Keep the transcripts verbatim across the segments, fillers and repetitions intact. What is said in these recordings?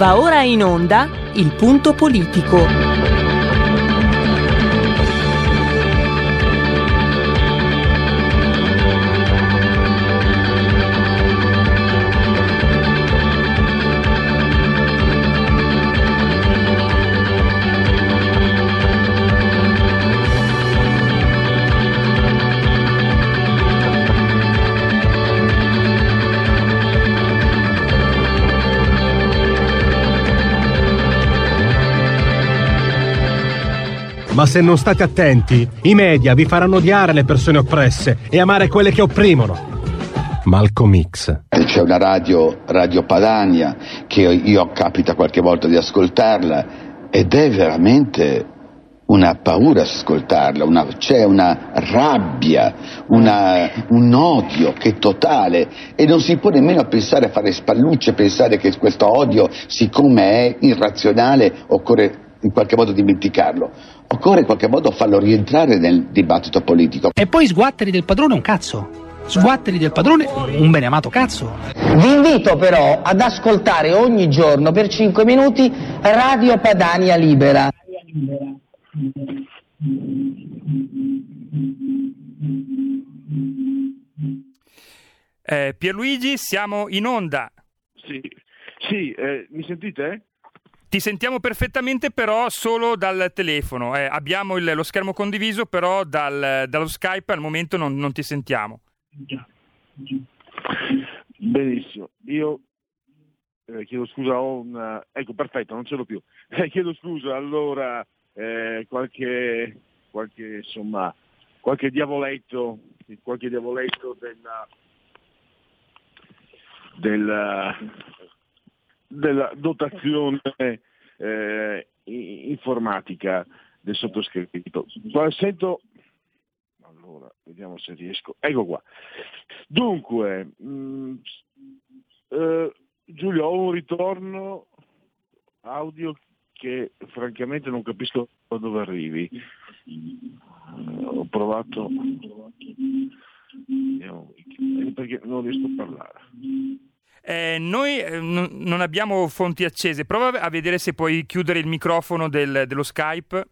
Va ora in onda Il Punto Politico. Ma se non state attenti, i media vi faranno odiare le persone oppresse e amare quelle che opprimono. Malcolm X. C'è una radio, Radio Padania, che io capita qualche volta di ascoltarla ed è veramente una paura ascoltarla, una, c'è una rabbia, una, un odio che è totale e non si può nemmeno pensare a fare spallucce, pensare che questo odio, siccome è irrazionale, occorre in qualche modo dimenticarlo. Occorre in qualche modo farlo rientrare nel dibattito politico. E poi sguatteri del padrone un cazzo. Sguatteri del padrone un beneamato cazzo. Vi invito però ad ascoltare ogni giorno per cinque minuti Radio Padania Libera. Eh, Pierluigi, siamo in onda. Sì, sì eh, mi sentite? Ti sentiamo perfettamente, però solo dal telefono. Eh, abbiamo il, lo schermo condiviso, però dal, dallo Skype al momento non, non ti sentiamo. Benissimo. Io eh, chiedo scusa, ho una... Ecco, perfetto, non ce l'ho più. Eh, chiedo scusa, allora eh, qualche, qualche, insomma, qualche diavoletto, qualche diavoletto della... della della dotazione eh, informatica del sottoscritto. Sento, allora, vediamo se riesco. Ecco qua. Dunque, mh, eh, Giulio, ho un ritorno audio che francamente non capisco da dove arrivi. Ho provato, vediamo, perché non riesco a parlare. Eh, noi eh, n- non abbiamo fonti accese. Prova a vedere se puoi chiudere il microfono del, dello Skype.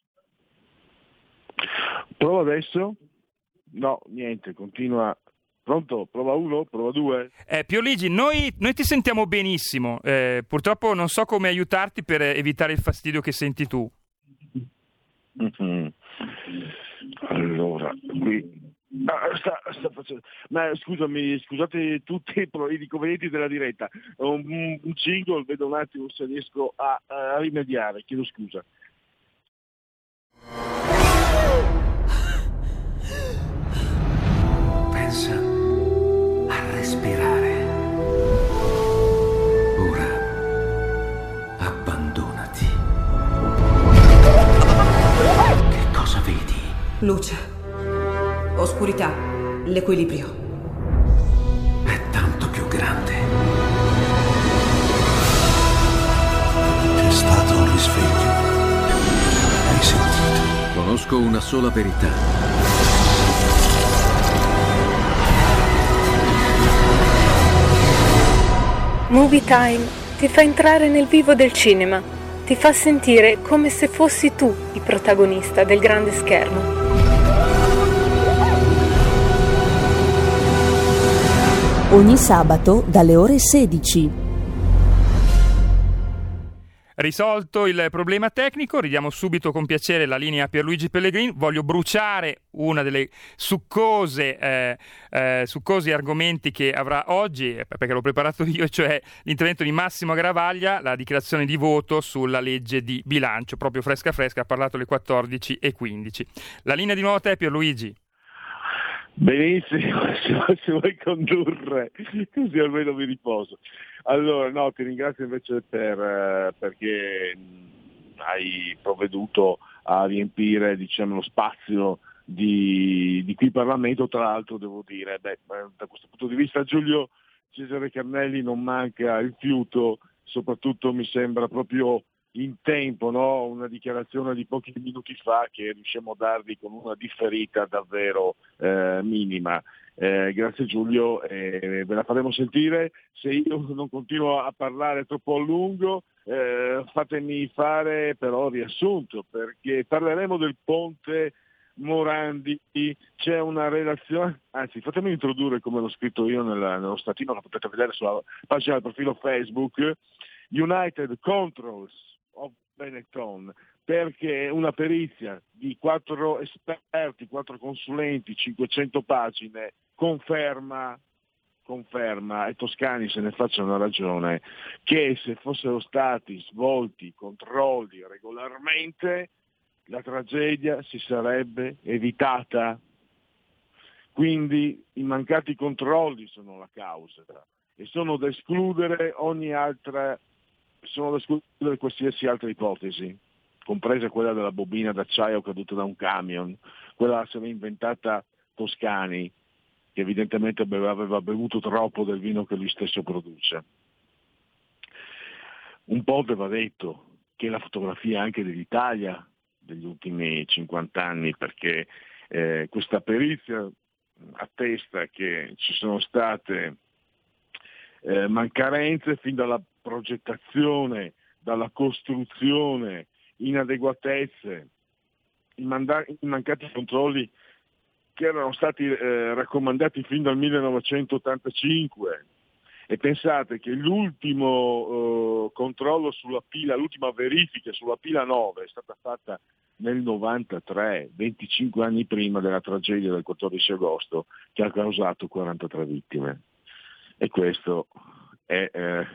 Prova adesso. No, niente, continua. Pronto? Prova uno, prova due. Eh, Pierluigi, noi, noi ti sentiamo benissimo. Eh, purtroppo non so come aiutarti per evitare il fastidio che senti tu. Mm-hmm. Allora, qui... Ah, sta, sta facendo... Ma scusami, scusate tutti i inconvenienti della diretta. Un, un jingle, vedo un attimo se riesco a, a rimediare, chiedo scusa. Pensa a respirare. Ora abbandonati. Che cosa vedi? Luce. Oscurità, l'equilibrio. È tanto più grande. C'è stato un risveglio. Hai sentito? Conosco una sola verità. Movie Time ti fa entrare nel vivo del cinema. Ti fa sentire come se fossi tu il protagonista del grande schermo. Ogni sabato dalle ore sedici. Risolto il problema tecnico, ridiamo subito con piacere la linea a Pierluigi Pellegrini. Voglio bruciare una delle succose, eh, eh, succosi argomenti che avrà oggi, perché l'ho preparato io, cioè l'intervento di Massimo Garavaglia, la dichiarazione di voto sulla legge di bilancio, proprio fresca fresca, ha parlato alle quattordici e quindici. La linea di nuovo a te, Pierluigi. Benissimo, se vuoi condurre, così almeno mi riposo. Allora, no, ti ringrazio invece per, perché hai provveduto a riempire, diciamo, lo spazio di, di qui Parlamento. Tra l'altro devo dire, beh, da questo punto di vista Giulio Cesare Carnelli non manca il fiuto, soprattutto mi sembra proprio in tempo, no? Una dichiarazione di pochi minuti fa che riusciamo a darvi con una differita davvero eh, minima. Eh, grazie Giulio, eh, ve la faremo sentire. Se io non continuo a parlare troppo a lungo, eh, fatemi fare però riassunto, perché parleremo del ponte Morandi. C'è una relazione, anzi fatemi introdurre come l'ho scritto io nella, nello statino che potete vedere sulla pagina del profilo Facebook, United Controls of Benetton, perché una perizia di quattro esperti, quattro consulenti, cinquecento pagine, conferma, conferma, e Toscani se ne facciano ragione, che se fossero stati svolti controlli regolarmente, la tragedia si sarebbe evitata. Quindi i mancati controlli sono la causa e sono da escludere ogni altra, sono da escludere qualsiasi altra ipotesi, compresa quella della bobina d'acciaio caduta da un camion. Quella se l'ha inventata Toscani, che evidentemente aveva bevuto troppo del vino che lui stesso produce. Un ponte, va detto, che è la fotografia anche dell'Italia degli ultimi cinquanta anni, perché eh, questa perizia attesta che ci sono state eh, mancarenze fin dalla progettazione, dalla costruzione, inadeguatezze, i, manda- i mancati controlli che erano stati eh, raccomandati fin dal millenovecentottantacinque. E pensate che l'ultimo eh, controllo sulla pila, l'ultima verifica sulla pila nove è stata fatta nel novantatré, venticinque anni prima della tragedia del quattordici agosto, che ha causato quarantatré vittime. E questo è, eh,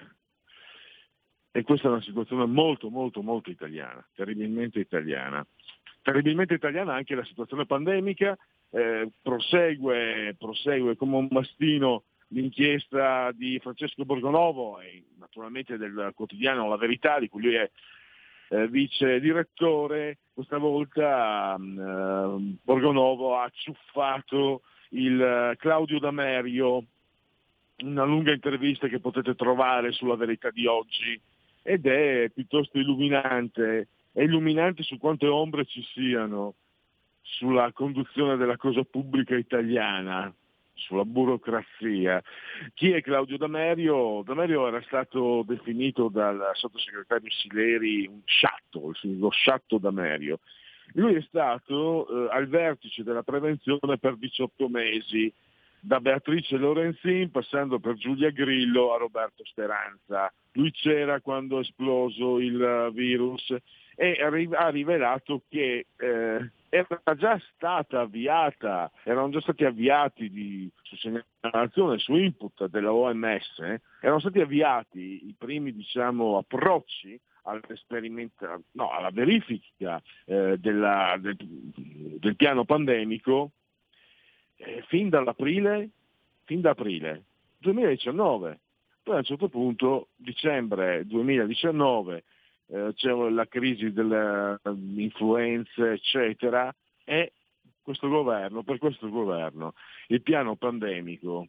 e questa è una situazione molto, molto, molto italiana, terribilmente italiana. Terribilmente italiana anche la situazione pandemica, eh, prosegue, prosegue come un mastino l'inchiesta di Francesco Borgonovo e naturalmente del quotidiano La Verità, di cui lui è eh, vice direttore. Questa volta eh, Borgonovo ha ciuffato il eh, Claudio Damerio, una lunga intervista che potete trovare sulla Verità di oggi, ed è piuttosto illuminante, è illuminante su quante ombre ci siano sulla conduzione della cosa pubblica italiana, sulla burocrazia. Chi è Claudio Damerio? Damerio era stato definito dal sottosegretario Sileri un sciatto, lo sciatto Damerio. Lui è stato eh, al vertice della prevenzione per diciotto mesi, da Beatrice Lorenzin passando per Giulia Grillo a Roberto Speranza. Lui c'era quando è esploso il virus e ha rivelato che eh, era già stata avviata, erano già stati avviati di, su segnalazione, su input della O M S, eh, erano stati avviati i primi, diciamo, approcci all'esperimento, no, alla verifica eh, della, del, del piano pandemico eh, fin dall'aprile, fin da aprile duemiladiciannove. Poi a un certo punto, dicembre duemiladiciannove, eh, c'è la crisi delle influenze, eccetera, e questo governo, per questo governo, il piano pandemico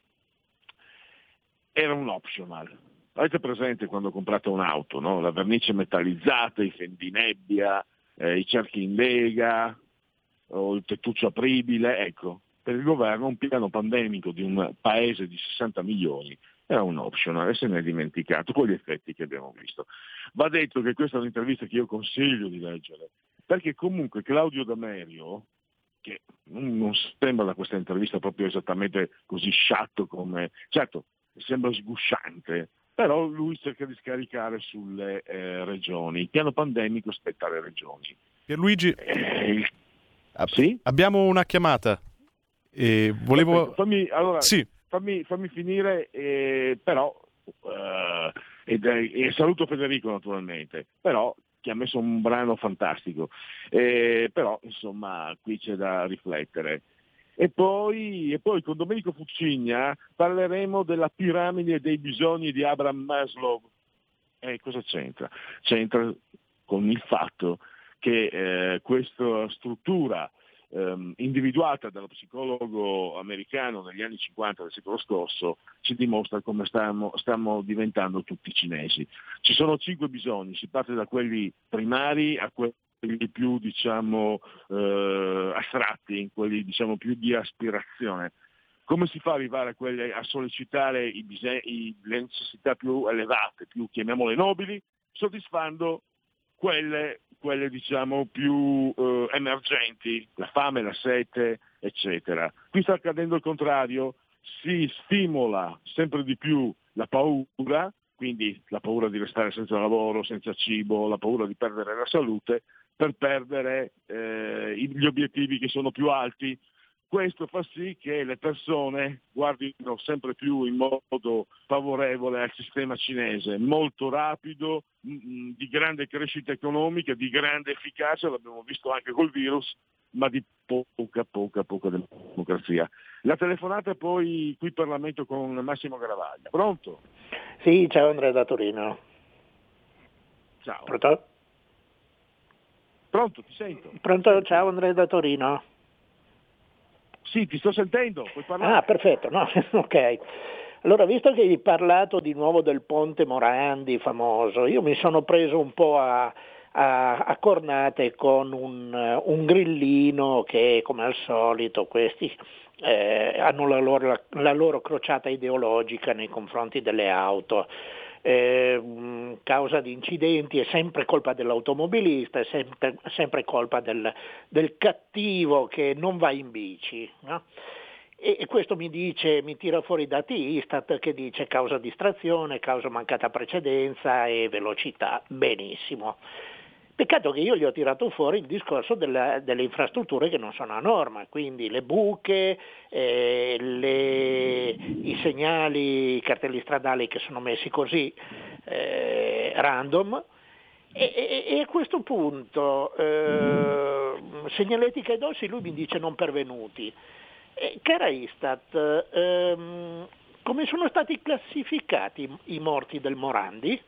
era un optional. Avete presente quando comprate un'auto, no? La vernice metallizzata, i fendinebbia, eh, i cerchi in lega, o il tettuccio apribile? Ecco, per il governo un piano pandemico di un paese di sessanta milioni era un optional e se ne è dimenticato, con gli effetti che abbiamo visto. Va detto che questa è un'intervista che io consiglio di leggere, perché comunque Claudio Damerio, che non sembra da questa intervista proprio esattamente così sciatto come, certo, sembra sgusciante, però lui cerca di scaricare sulle eh, regioni. Il piano pandemico spetta alle regioni. Pierluigi, eh, il... sì? Abbiamo una chiamata. E volevo... Fammi, allora, sì. fammi, fammi finire, eh, però, eh, ed, e saluto Federico naturalmente, però che ha messo un brano fantastico, eh, però insomma qui c'è da riflettere. E poi, e poi con Domenico Fucigna parleremo della piramide dei bisogni di Abraham Maslow. E eh, cosa c'entra? C'entra con il fatto che eh, questa struttura ehm, individuata dallo psicologo americano negli anni cinquanta del secolo scorso, ci dimostra come stiamo, stiamo diventando tutti cinesi. Ci sono cinque bisogni, si parte da quelli primari a quelli più diciamo eh, astratti, quelli diciamo più di aspirazione. Come si fa ad arrivare a, quelle, a sollecitare i bise- i, le necessità più elevate, più chiamiamole nobili, soddisfando quelle, quelle diciamo più eh, emergenti, la fame, la sete, eccetera. Qui sta accadendo il contrario, si stimola sempre di più la paura, quindi la paura di restare senza lavoro, senza cibo, la paura di perdere la salute, per perdere eh, gli obiettivi che sono più alti. Questo fa sì che le persone guardino sempre più in modo favorevole al sistema cinese, molto rapido, mh, di grande crescita economica, di grande efficacia, l'abbiamo visto anche col virus, ma di poca, poca, poca democrazia. La telefonata poi qui in Parlamento con Massimo Garavaglia. Pronto? Sì, ciao Andrea da Torino. Ciao. Pronto? Pronto, ti sento. Pronto, ciao Andrea da Torino. Sì, ti sto sentendo, puoi parlare. Ah, perfetto, no, ok. Allora, visto che hai parlato di nuovo del ponte Morandi famoso, io mi sono preso un po' a, a, a cornate con un, un grillino che, come al solito, questi eh, hanno la loro, la, la loro crociata ideologica nei confronti delle auto. Eh, causa di incidenti è sempre colpa dell'automobilista, è sempre, sempre colpa del, del cattivo che non va in bici, no? E, e questo mi dice, mi tira fuori i dati Istat che dice causa distrazione, causa mancata precedenza e velocità. Benissimo. Peccato che io gli ho tirato fuori il discorso della, delle infrastrutture che non sono a norma, quindi le buche, eh, le, i segnali, i cartelli stradali che sono messi così eh, random e, e, e a questo punto eh, segnaletica e dossi lui mi dice non pervenuti. Eh, cara Istat, ehm, come sono stati classificati i morti del Morandi?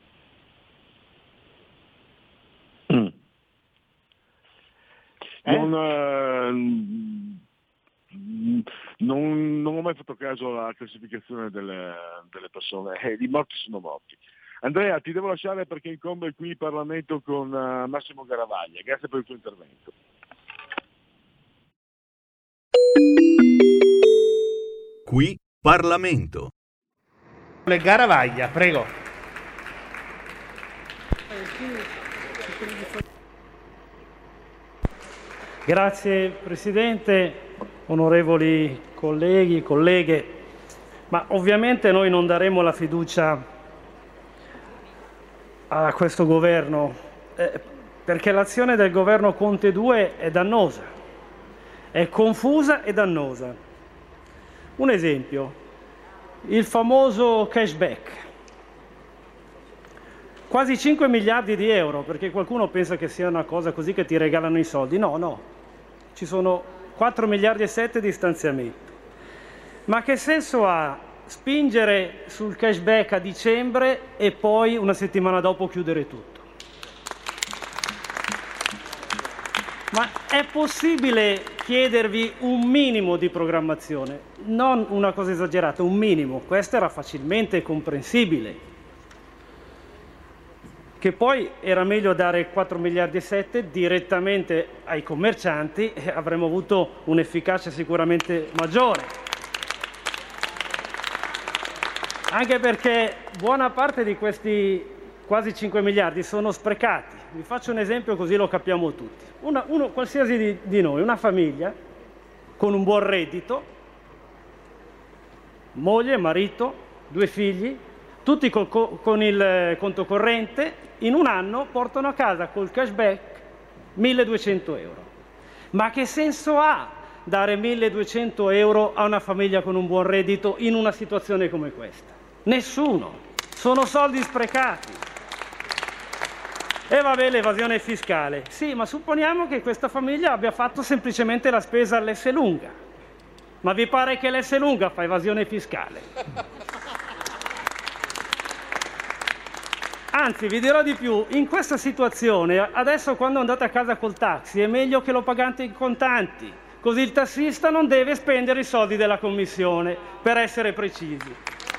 Eh? Non, eh, non, non ho mai fatto caso alla classificazione delle, delle persone, eh, i morti sono morti. Andrea, ti devo lasciare perché incombe qui in Parlamento con uh, Massimo Garavaglia. Grazie per il tuo intervento. Qui Parlamento. Garavaglia, prego. Grazie Presidente, onorevoli colleghi, colleghe, ma ovviamente noi non daremo la fiducia a questo governo eh, perché l'azione del governo Conte due è dannosa, è confusa e dannosa. Un esempio, il famoso cashback. Quasi cinque miliardi di euro, perché qualcuno pensa che sia una cosa così che ti regalano i soldi. No, no, ci sono quattro miliardi e sette di stanziamento. Ma che senso ha spingere sul cashback a dicembre e poi una settimana dopo chiudere tutto? Ma è possibile chiedervi un minimo di programmazione? Non una cosa esagerata, un minimo. Questo era facilmente comprensibile. Che poi era meglio dare quattro miliardi e sette direttamente ai commercianti e avremmo avuto un'efficacia sicuramente maggiore. Anche perché buona parte di questi quasi cinque miliardi sono sprecati. Vi faccio un esempio così lo capiamo tutti. Una, uno, qualsiasi di, di noi, una famiglia con un buon reddito, moglie, marito, due figli, tutti col, con il conto corrente, in un anno portano a casa col cashback milleduecento euro. Ma che senso ha dare milleduecento euro a una famiglia con un buon reddito in una situazione come questa? Nessuno. Sono soldi sprecati. E vabbè, l'evasione fiscale. Sì, ma supponiamo che questa famiglia abbia fatto semplicemente la spesa all'S lunga. Ma vi pare che l'S lunga fa evasione fiscale? Anzi, vi dirò di più, in questa situazione, adesso quando andate a casa col taxi, è meglio che lo pagate in contanti, così il tassista non deve spendere i soldi della commissione, per essere precisi.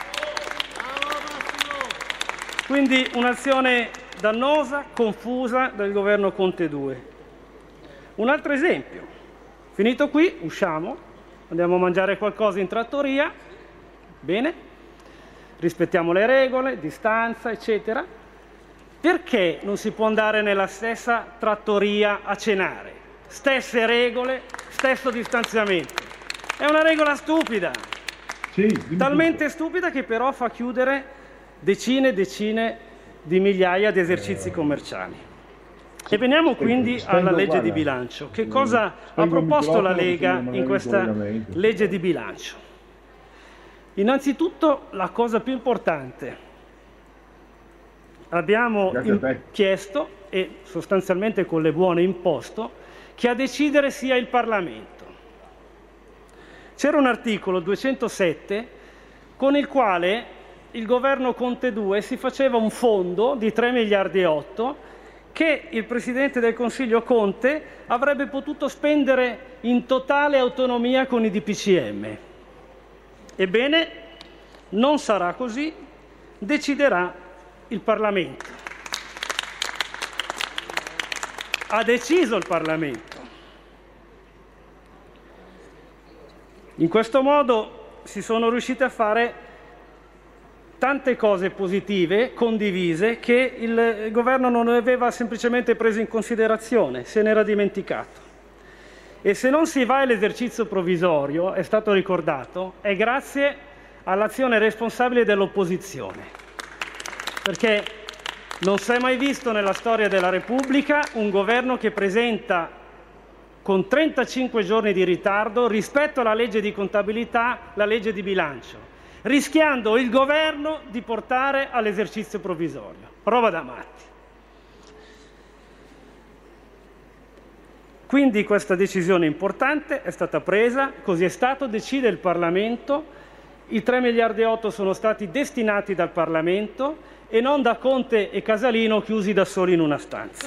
Quindi un'azione dannosa, confusa del governo Conte due. Un altro esempio. Finito qui, usciamo, andiamo a mangiare qualcosa in trattoria, bene, rispettiamo le regole, distanza, eccetera. Perché non si può andare nella stessa trattoria a cenare? Stesse regole, stesso distanziamento. È una regola stupida, sì, talmente stupida che però fa chiudere decine e decine di migliaia di esercizi commerciali. E veniamo quindi alla legge di bilancio. Che cosa ha proposto la Lega in questa legge di bilancio? Innanzitutto la cosa più importante. Abbiamo chiesto, e sostanzialmente con le buone imposto, che a decidere sia il Parlamento. C'era un articolo duecentosette con il quale il governo Conte due si faceva un fondo di tre miliardi e otto che il Presidente del Consiglio Conte avrebbe potuto spendere in totale autonomia con i D P C M. Ebbene, non sarà così, deciderà il Parlamento. Ha deciso il Parlamento. In questo modo si sono riusciti a fare tante cose positive, condivise, che il governo non aveva semplicemente preso in considerazione, se n'era dimenticato. E se non si va all'esercizio provvisorio, è stato ricordato, è grazie all'azione responsabile dell'opposizione. Perché non si è mai visto nella storia della Repubblica un governo che presenta con trentacinque giorni di ritardo rispetto alla legge di contabilità la legge di bilancio, rischiando il governo di portare all'esercizio provvisorio. Roba da matti. Quindi questa decisione importante è stata presa, così è stato, decide il Parlamento, i tre miliardi e otto sono stati destinati dal Parlamento e non da Conte e Casalino chiusi da soli in una stanza.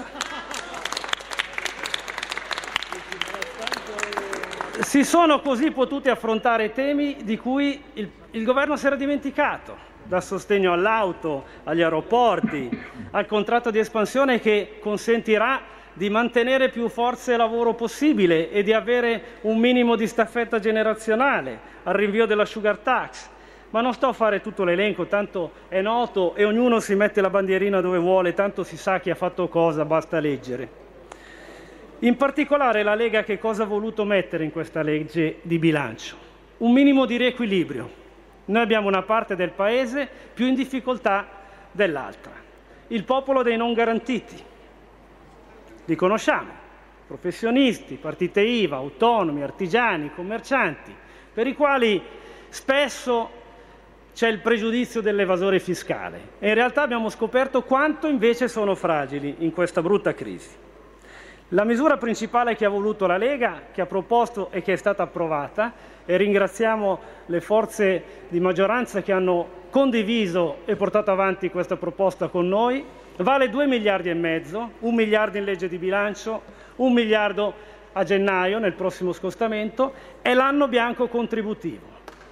Si sono così potuti affrontare temi di cui il, il governo si era dimenticato, dal sostegno all'auto, agli aeroporti, al contratto di espansione che consentirà di mantenere più forze e lavoro possibile e di avere un minimo di staffetta generazionale, al rinvio della sugar tax. Ma non sto a fare tutto l'elenco, tanto è noto e ognuno si mette la bandierina dove vuole, tanto si sa chi ha fatto cosa, basta leggere. In particolare la Lega che cosa ha voluto mettere in questa legge di bilancio? Un minimo di riequilibrio. Noi abbiamo una parte del Paese più in difficoltà dell'altra. Il popolo dei non garantiti. Li conosciamo. Professionisti, partite I V A, autonomi, artigiani, commercianti, per i quali spesso c'è il pregiudizio dell'evasore fiscale. E in realtà abbiamo scoperto quanto invece sono fragili in questa brutta crisi. La misura principale che ha voluto la Lega, che ha proposto e che è stata approvata, e ringraziamo le forze di maggioranza che hanno condiviso e portato avanti questa proposta con noi, vale due miliardi e mezzo, un miliardo in legge di bilancio, un miliardo a gennaio nel prossimo scostamento, è l'anno bianco contributivo.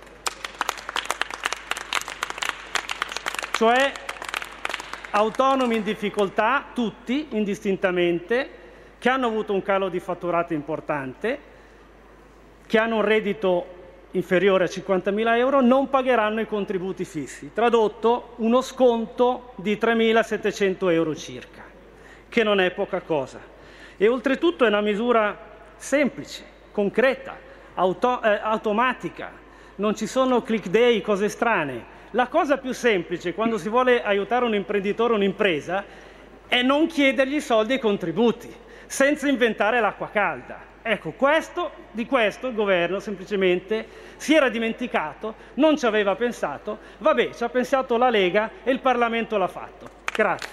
Cioè autonomi in difficoltà, tutti, indistintamente, che hanno avuto un calo di fatturato importante, che hanno un reddito inferiore a cinquantamila euro, non pagheranno i contributi fissi. Tradotto, uno sconto di tremilasettecento euro circa, che non è poca cosa. E oltretutto è una misura semplice, concreta, auto, eh, automatica, non ci sono click day, cose strane. La cosa più semplice quando si vuole aiutare un imprenditore o un'impresa è non chiedergli soldi e contributi, senza inventare l'acqua calda. Ecco, questo, di questo il governo semplicemente si era dimenticato, non ci aveva pensato, vabbè, ci ha pensato la Lega e il Parlamento l'ha fatto. Grazie.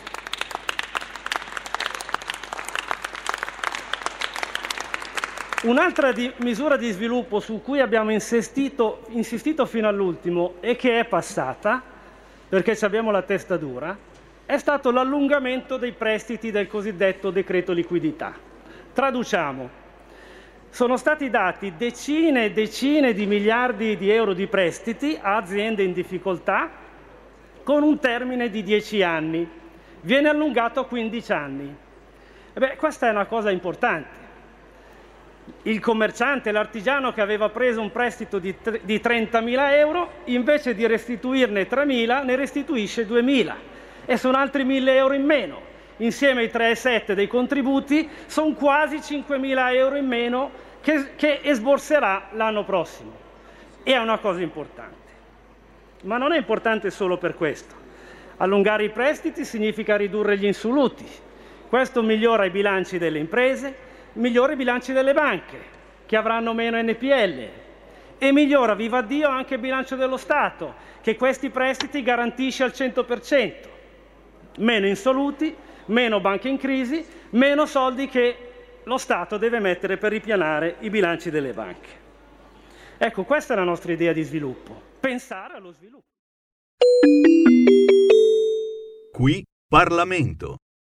Un'altra di, misura di sviluppo su cui abbiamo insistito, insistito fino all'ultimo e che è passata, perché ci abbiamo la testa dura, è stato l'allungamento dei prestiti del cosiddetto decreto liquidità. Traduciamo. sono stati dati decine e decine di miliardi di euro di prestiti a aziende in difficoltà con un termine di dieci anni. Viene allungato a quindici anni. E beh, questa è una cosa importante. Il commerciante, l'artigiano che aveva preso un prestito di, di trentamila euro, invece di restituirne tremila, ne restituisce duemila. E sono altri mille euro in meno. Insieme ai tre virgola sette dei contributi sono quasi cinquemila euro in meno che, che esborserà l'anno prossimo. E è una cosa importante. Ma non è importante solo per questo. Allungare i prestiti significa ridurre gli insoluti. Questo migliora i bilanci delle imprese, migliora i bilanci delle banche, che avranno meno N P L, e migliora, viva Dio, anche il bilancio dello Stato, che questi prestiti garantisce al cento per cento. Meno insoluti, meno banche in crisi, meno soldi che lo Stato deve mettere per ripianare i bilanci delle banche. Ecco, questa è la nostra idea di sviluppo. Pensare allo sviluppo. Qui Parlamento.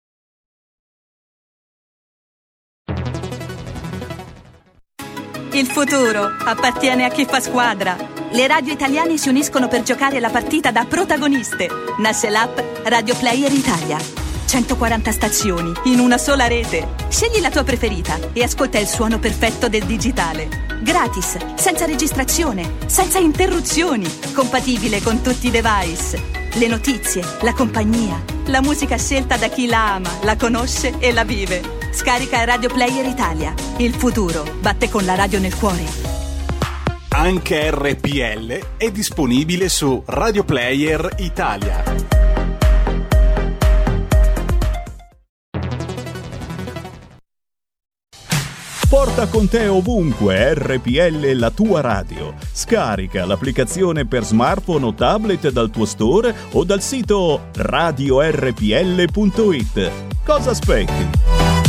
Il futuro appartiene a chi fa squadra. Le radio italiane si uniscono per giocare la partita da protagoniste. Nasce l'app Radio Player Italia. centoquaranta stazioni in una sola rete. Scegli la tua preferita e ascolta il suono perfetto del digitale. Gratis, senza registrazione, senza interruzioni, compatibile con tutti i device. Le notizie, la compagnia, la musica scelta da chi la ama, la conosce e la vive. Scarica Radio Player Italia. Il futuro batte con la radio nel cuore. Anche R P L è disponibile su Radio Player Italia. Porta con te ovunque R P L, la tua radio. Scarica l'applicazione per smartphone o tablet dal tuo store o dal sito radio r p l punto i t. Cosa aspetti?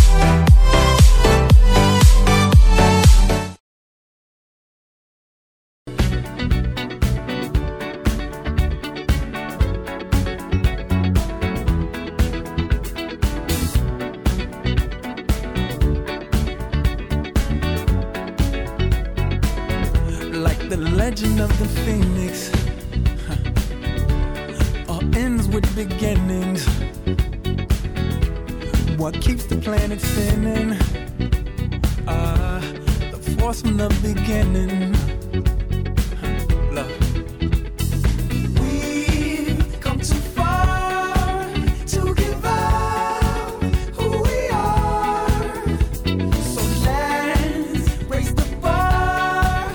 Legend of the Phoenix, huh. All ends with beginnings. What keeps the planet spinning? Ah, uh, the force from the beginning. Huh. Love. We've come too far to give up who we are. So let's raise the bar.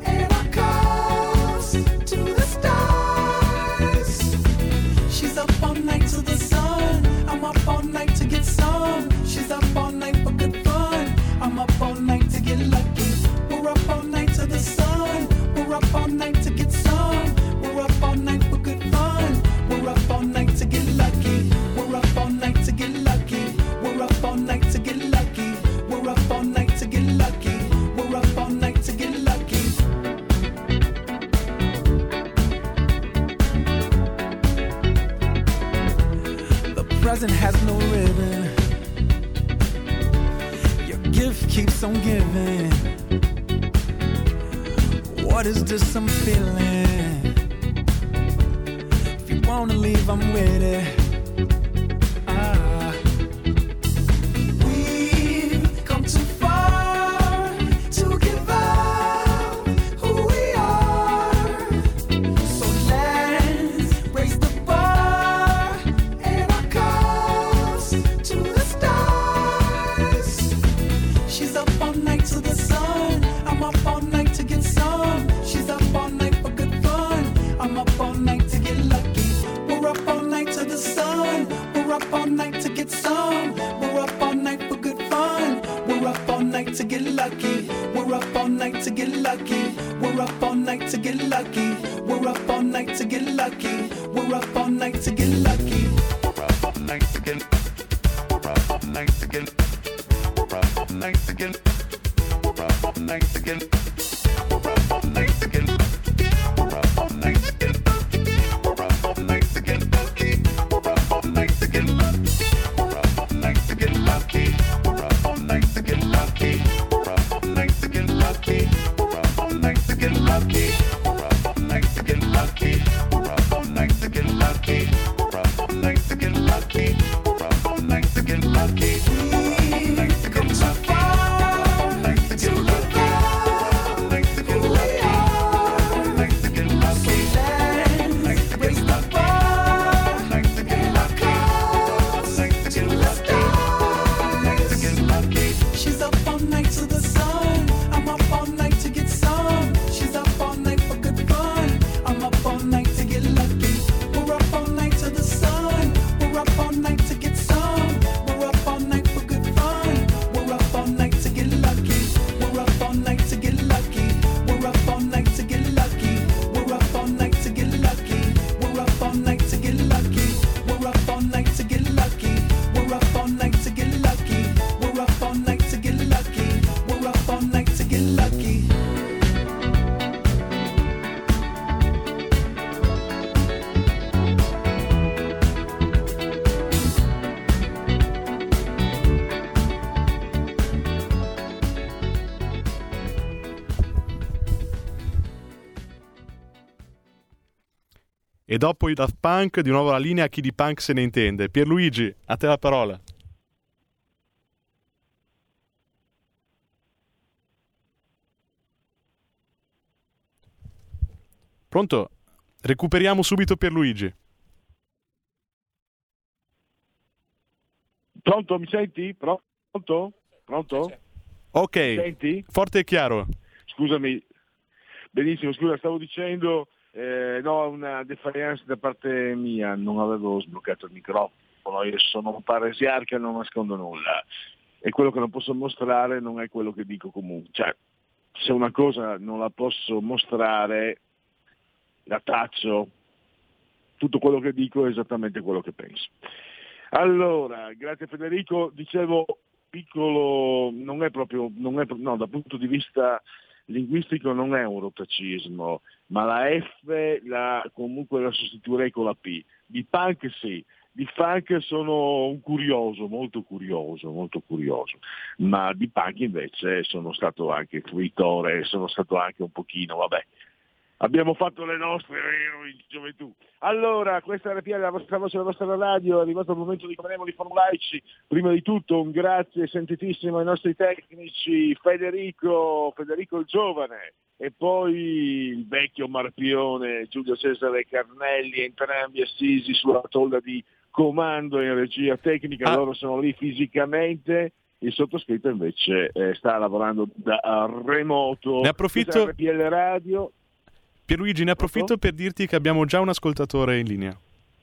She's up all night to the sun. I'm up all night to get some. She's up all night for good fun. I'm up all night to get lucky. We're up all night to the sun. We're up all night to get some. We're up all night for good fun. We're up all night to get lucky. We're up all night to get lucky. We're up all night to get lucky. We're up all night to get lucky. We're up all night to get lucky. Present has no ribbon. Your gift keeps on giving. What is this I'm feeling? If you wanna leave, I'm with it. Ah. We've come too far to give up who we are. So let's raise the bar and our cups to the stars. She's up all night to the sun. I'm up all night to get some. She's up all night for good fun. I'm up all night to get lucky. We're up all night to the sun. We're up all night to get some. We're up all night for good fun. We're up all night to get lucky. We're up all night to get lucky. We're up all night to get lucky. We're up all night to get lucky. We're up all night to get lucky. We're up all night to get. We're up all night to get. We're up all night to get. We're up all night to get. We're up all night to get. We're up all night to get. We're up all night to get lucky. We're up all night to get lucky. We're up all night to get lucky. We're up all night to get lucky. We're up all night to get. e dopo i Daft Punk di nuovo la linea a chi di punk se ne intende. Pierluigi, a te la parola. Pronto? Recuperiamo subito Pierluigi. Pronto, mi senti? Pronto? Pronto? Ok, Mi senti? forte e chiaro. Scusami, benissimo, scusa, stavo dicendo, eh, no, una defiance da parte mia, non avevo sbloccato il microfono, io sono un paresiarca e non nascondo nulla, e quello che non posso mostrare non è quello che dico comunque, cioè, se una cosa non la posso mostrare, la taccio, tutto quello che dico è esattamente quello che penso. Allora, grazie Federico, dicevo, piccolo, non è proprio, non è, no, dal punto di vista linguistico non è un rotacismo, ma la F la, comunque la sostituirei con la P. Di punk sì, di funk sono un curioso, molto curioso, molto curioso, ma di punk invece sono stato anche fruitore, sono stato anche un pochino, vabbè, abbiamo fatto le nostre, vero, in gioventù. Allora, questa è R P L, la vostra voce, la vostra radio, è arrivato il momento di chiamaremo di formulaici. Prima di tutto un grazie sentitissimo ai nostri tecnici, Federico, Federico il giovane, e poi il vecchio Marpione, Giulio Cesare Carnelli, entrambi assisi sulla tolla di comando in regia tecnica, ah. Loro sono lì fisicamente. Il sottoscritto invece eh, sta lavorando da remoto. Ne approfitto... R P L Radio. Pierluigi, ne approfitto per dirti che abbiamo già un ascoltatore in linea.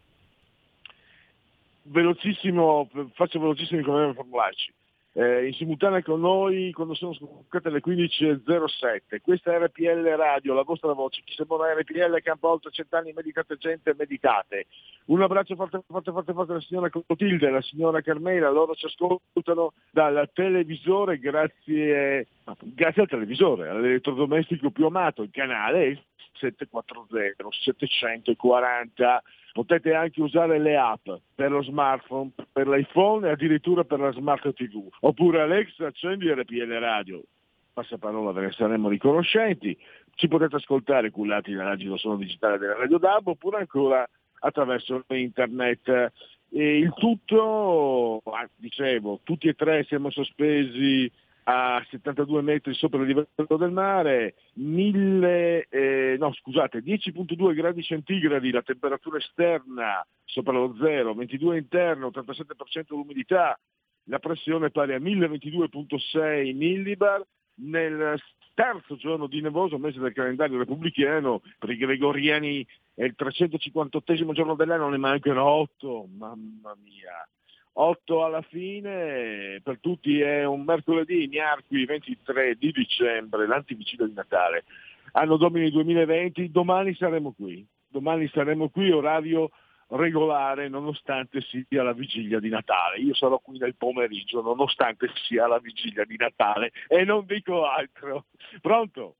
Velocissimo, faccio velocissimo come formularci. Eh, in simultanea con noi quando sono scoccate le quindici e zero sette. Questa è R P L Radio, la vostra voce. Chi sembra R P L, campo oltre cent'anni, meditate gente, meditate. Un abbraccio forte, forte, forte, forte alla signora Clotilde, alla signora Carmela, loro ci ascoltano dal televisore grazie, grazie al televisore, all'elettrodomestico più amato, il canale settecentoquaranta, settecentoquaranta. Potete anche usare le app per lo smartphone, per l'iPhone e addirittura per la Smart tivù. Oppure Alexa, accendi R P L Radio. Passaparola, ve ne saremo riconoscenti. Ci potete ascoltare cullati dall'agito suono digitale della Radio D A B oppure ancora attraverso internet. E il tutto, ah, dicevo, tutti e tre siamo sospesi a settantadue metri sopra il livello del mare, mille, eh, no scusate, dieci virgola due gradi centigradi la temperatura esterna sopra lo zero, ventidue interno, ottantasette per cento l'umidità, la pressione pari a mille ventidue virgola sei millibar. Nel terzo giorno di nevoso mese del calendario repubblicano, per i gregoriani è il trecentocinquantottesimo giorno dell'anno, ne mancano otto, mamma mia. otto alla fine, per tutti è un mercoledì, Gnarqui, ventitré di dicembre, l'antivigilia di Natale. Anno Domini duemilaventi, domani saremo qui, domani saremo qui, orario regolare, nonostante sia la vigilia di Natale. Io sarò qui nel pomeriggio, nonostante sia la vigilia di Natale, e non dico altro. Pronto?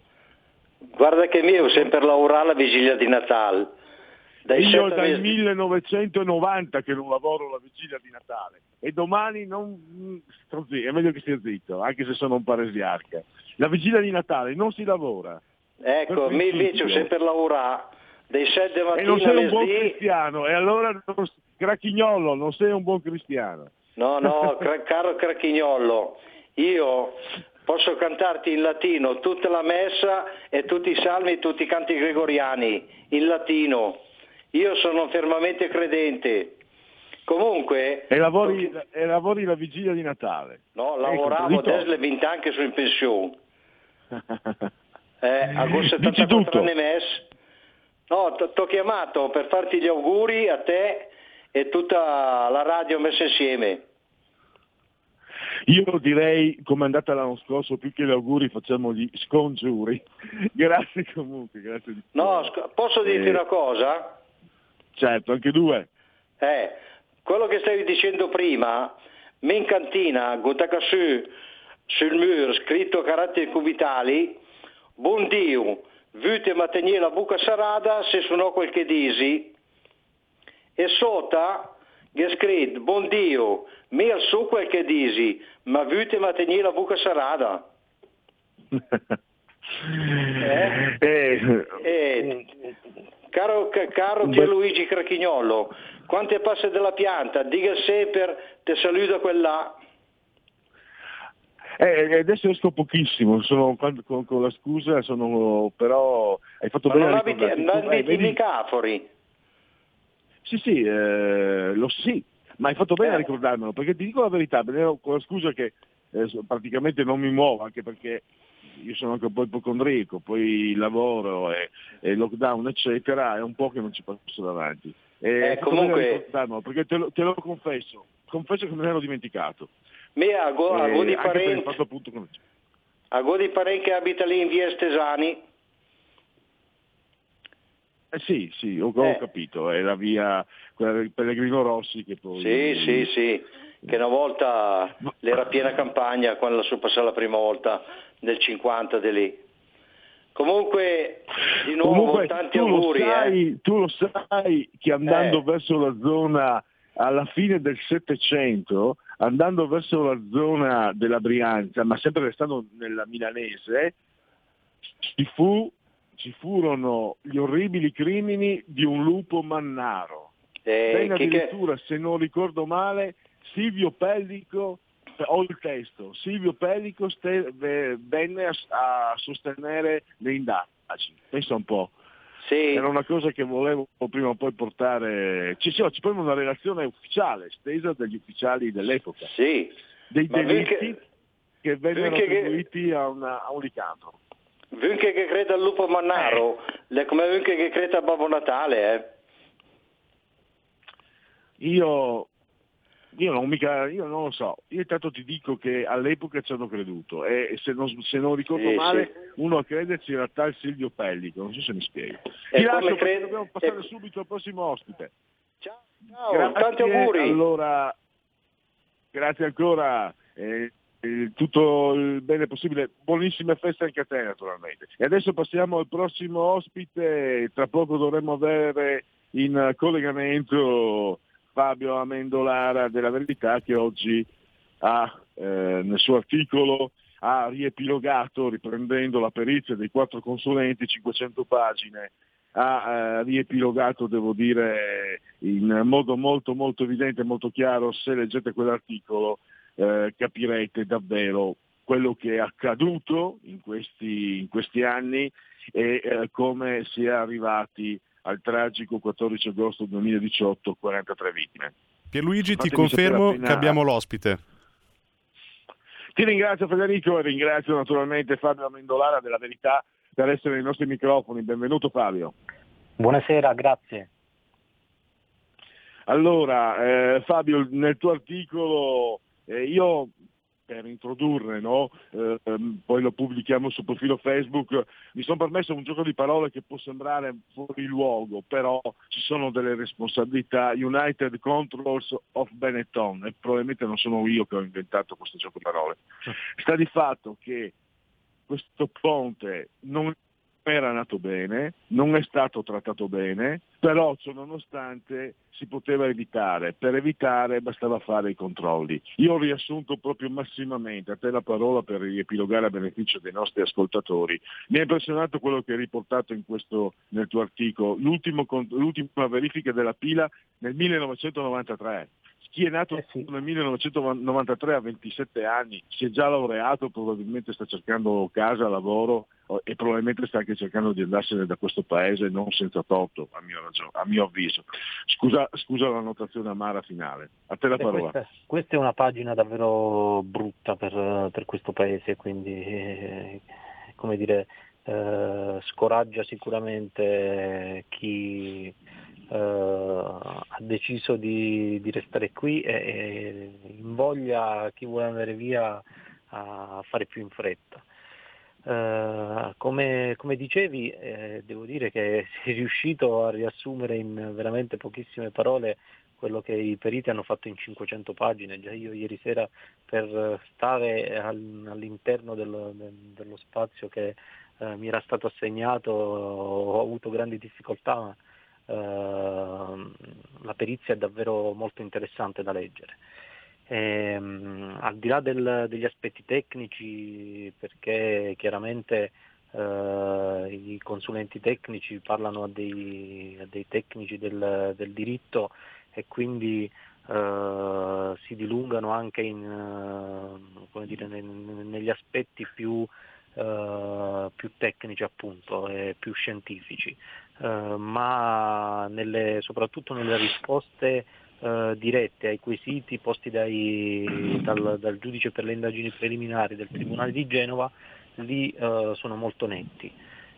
Guarda che mio, sempre lavorare la vigilia di Natale. Dai Io dal mesi... millenovecentonovanta che non lavoro la vigilia di Natale e domani non sto zitto, è meglio che stia zitto, anche se sono un paresiarca. La vigilia di Natale non si lavora. Ecco, mi invece ho sempre lavorare dai sette mattina e non sei un alle buon sedi... cristiano, e allora non, Cracchignolo, non sei un buon cristiano. No, no, cra- caro Cracchignolo, io posso cantarti in latino tutta la messa e tutti i salmi e tutti i canti gregoriani in latino. Io sono fermamente credente. Comunque... E lavori, e lavori la vigilia di Natale? No, lavoravo, ecco, adesso le venti anche sono in pensione. eh, agosto settantaquattro anni messo. No, ti ho chiamato per farti gli auguri a te e tutta la radio messa insieme. Io direi, come è andata l'anno scorso, più che gli auguri facciamo gli scongiuri. Grazie comunque, grazie di No, sc- posso dirti eh... una cosa? Certo, anche due. Eh, quello che stavi dicendo prima, me in cantina, gotaca su, sul muro, scritto a caratteri cubitali, buon Dio, vute ma tenere la buca sarada se suonò quel che disi, e sota, che scritto, buon Dio, me al su quel che disi, ma vute ma tenere la buca sarada. eh? eh. Eh, Caro, caro Pierluigi Crachignolo, quante passe della pianta? Diga sempre, te saluto quella. Eh, adesso esco pochissimo, sono, con, con, con la scusa, sono, però hai fatto Ma bene non a abiti, ricordarti. non Tu, eh, abiti i vedi- micafori. Sì, sì, eh, lo sì, ma hai fatto bene Eh. a ricordarmelo, perché ti dico la verità, me ne ero con la scusa che eh, so- praticamente non mi muovo, anche perché io sono anche un po' ipocondriaco, poi il lavoro e, e il lockdown eccetera, è un po' che non ci passo davanti. E Eh, hai fatto comunque- bene a ricordarmelo, perché te lo, te lo confesso, confesso che me ne ero dimenticato. Me a go, a Eh, go di anche per il parenti, fatto appunto che a go di parenti che abita lì in via Stesani. Eh sì, sì, ho, ho Eh. capito, è la via, quella del Pellegrino Rossi che poi... Sì, sì, sì, che una volta l'era piena campagna quando la sono passata la prima volta nel cinquanta di lì. Comunque, di nuovo, Comunque, tanti tu auguri. lo sai, eh. tu lo sai che andando Eh. verso la zona alla fine del Settecento, andando verso la zona della Brianza, ma sempre restando nella milanese, ci fu ci furono gli orribili crimini di un lupo mannaro. Eh, Venne chi che- addirittura, se non ricordo male, Silvio Pellico, ho il testo, Silvio Pellico ste- ve- venne a, a sostenere le indagini. Pensa un po'. Sì. Era una cosa che volevo prima o poi portare, ci sia ci poi una relazione ufficiale, stesa dagli ufficiali dell'epoca, Sì. dei Ma delitti perché- che vennero perché che- attribuiti a, una, a un licantro. Vinche che crede al lupo mannaro, le come vinche che crede a Babbo Natale, eh. Io, io, non mica, io non lo so, io intanto ti dico che all'epoca ci hanno creduto e se non, se non ricordo Sì, male uno a crederci era tal Silvio Pellico, non so se mi spiego. E Ti come lascio perché cred- dobbiamo passare e- subito al prossimo ospite. Ciao, tanti auguri. Allora, grazie ancora, eh, eh, tutto il bene possibile, buonissime feste anche a te naturalmente. E adesso passiamo al prossimo ospite, tra poco dovremmo avere in collegamento Fabio Amendolara della Verità che oggi ha eh, nel suo articolo ha riepilogato, riprendendo la perizia dei quattro consulenti, cinquecento pagine, ha eh, riepilogato, devo dire, in modo molto molto evidente, molto chiaro. Se leggete quell'articolo eh, capirete davvero quello che è accaduto in questi, in questi anni e eh, come si è arrivati al tragico quattordici agosto duemiladiciotto, quarantatré vittime. Pierluigi, ti Fatemi confermo sapere appena- che abbiamo l'ospite. Ti ringrazio Federico e ringrazio naturalmente Fabio Amendolara della Verità per essere nei nostri microfoni. Benvenuto Fabio. Buonasera, grazie. Allora, eh, Fabio, nel tuo articolo eh, io per introdurre, no? eh, ehm, poi lo pubblichiamo sul profilo Facebook, mi sono permesso un gioco di parole che può sembrare fuori luogo, però ci sono delle responsabilità. United Controls of Benetton, e probabilmente non sono io che ho inventato questo gioco di parole. Sta di fatto che questo ponte non era nato bene, non è stato trattato bene, però ciò nonostante si poteva evitare. Per evitare bastava fare i controlli. Io ho riassunto proprio massimamente, a te la parola per riepilogare a beneficio dei nostri ascoltatori. Mi ha impressionato quello che hai riportato in questo, nel tuo articolo, l'ultimo, l'ultima verifica della pila nel millenovecentonovantatré. Chi è nato nel millenovecentonovantatré a ventisette anni, si è già laureato, probabilmente sta cercando casa, lavoro e probabilmente sta anche cercando di andarsene da questo paese non senza torto, a mio, ragione, a mio avviso. Scusa, scusa la notazione amara finale. A te la Eh, parola. Questa, questa è una pagina davvero brutta per, per questo paese, quindi eh, come dire, eh, scoraggia sicuramente chi eh, ha deciso di, di restare qui e, e invoglia chi vuole andare via a fare più in fretta. Uh, come, come dicevi, eh, devo dire che sei riuscito a riassumere in veramente pochissime parole quello che i periti hanno fatto in cinquecento pagine. Già io ieri sera, per stare al, all'interno dello, dello spazio che eh, mi era stato assegnato, ho avuto grandi difficoltà, ma eh, la perizia è davvero molto interessante da leggere. Ehm, al di là del, degli aspetti tecnici, perché chiaramente eh, eh, i consulenti tecnici parlano a dei, a dei tecnici del, del diritto e quindi eh, si dilungano anche in, eh, come dire, ne, negli aspetti più, eh, più tecnici appunto e più scientifici, eh, ma nelle, soprattutto nelle risposte eh, dirette ai quesiti posti dai, dal, dal giudice per le indagini preliminari del Tribunale di Genova, lì eh, sono molto netti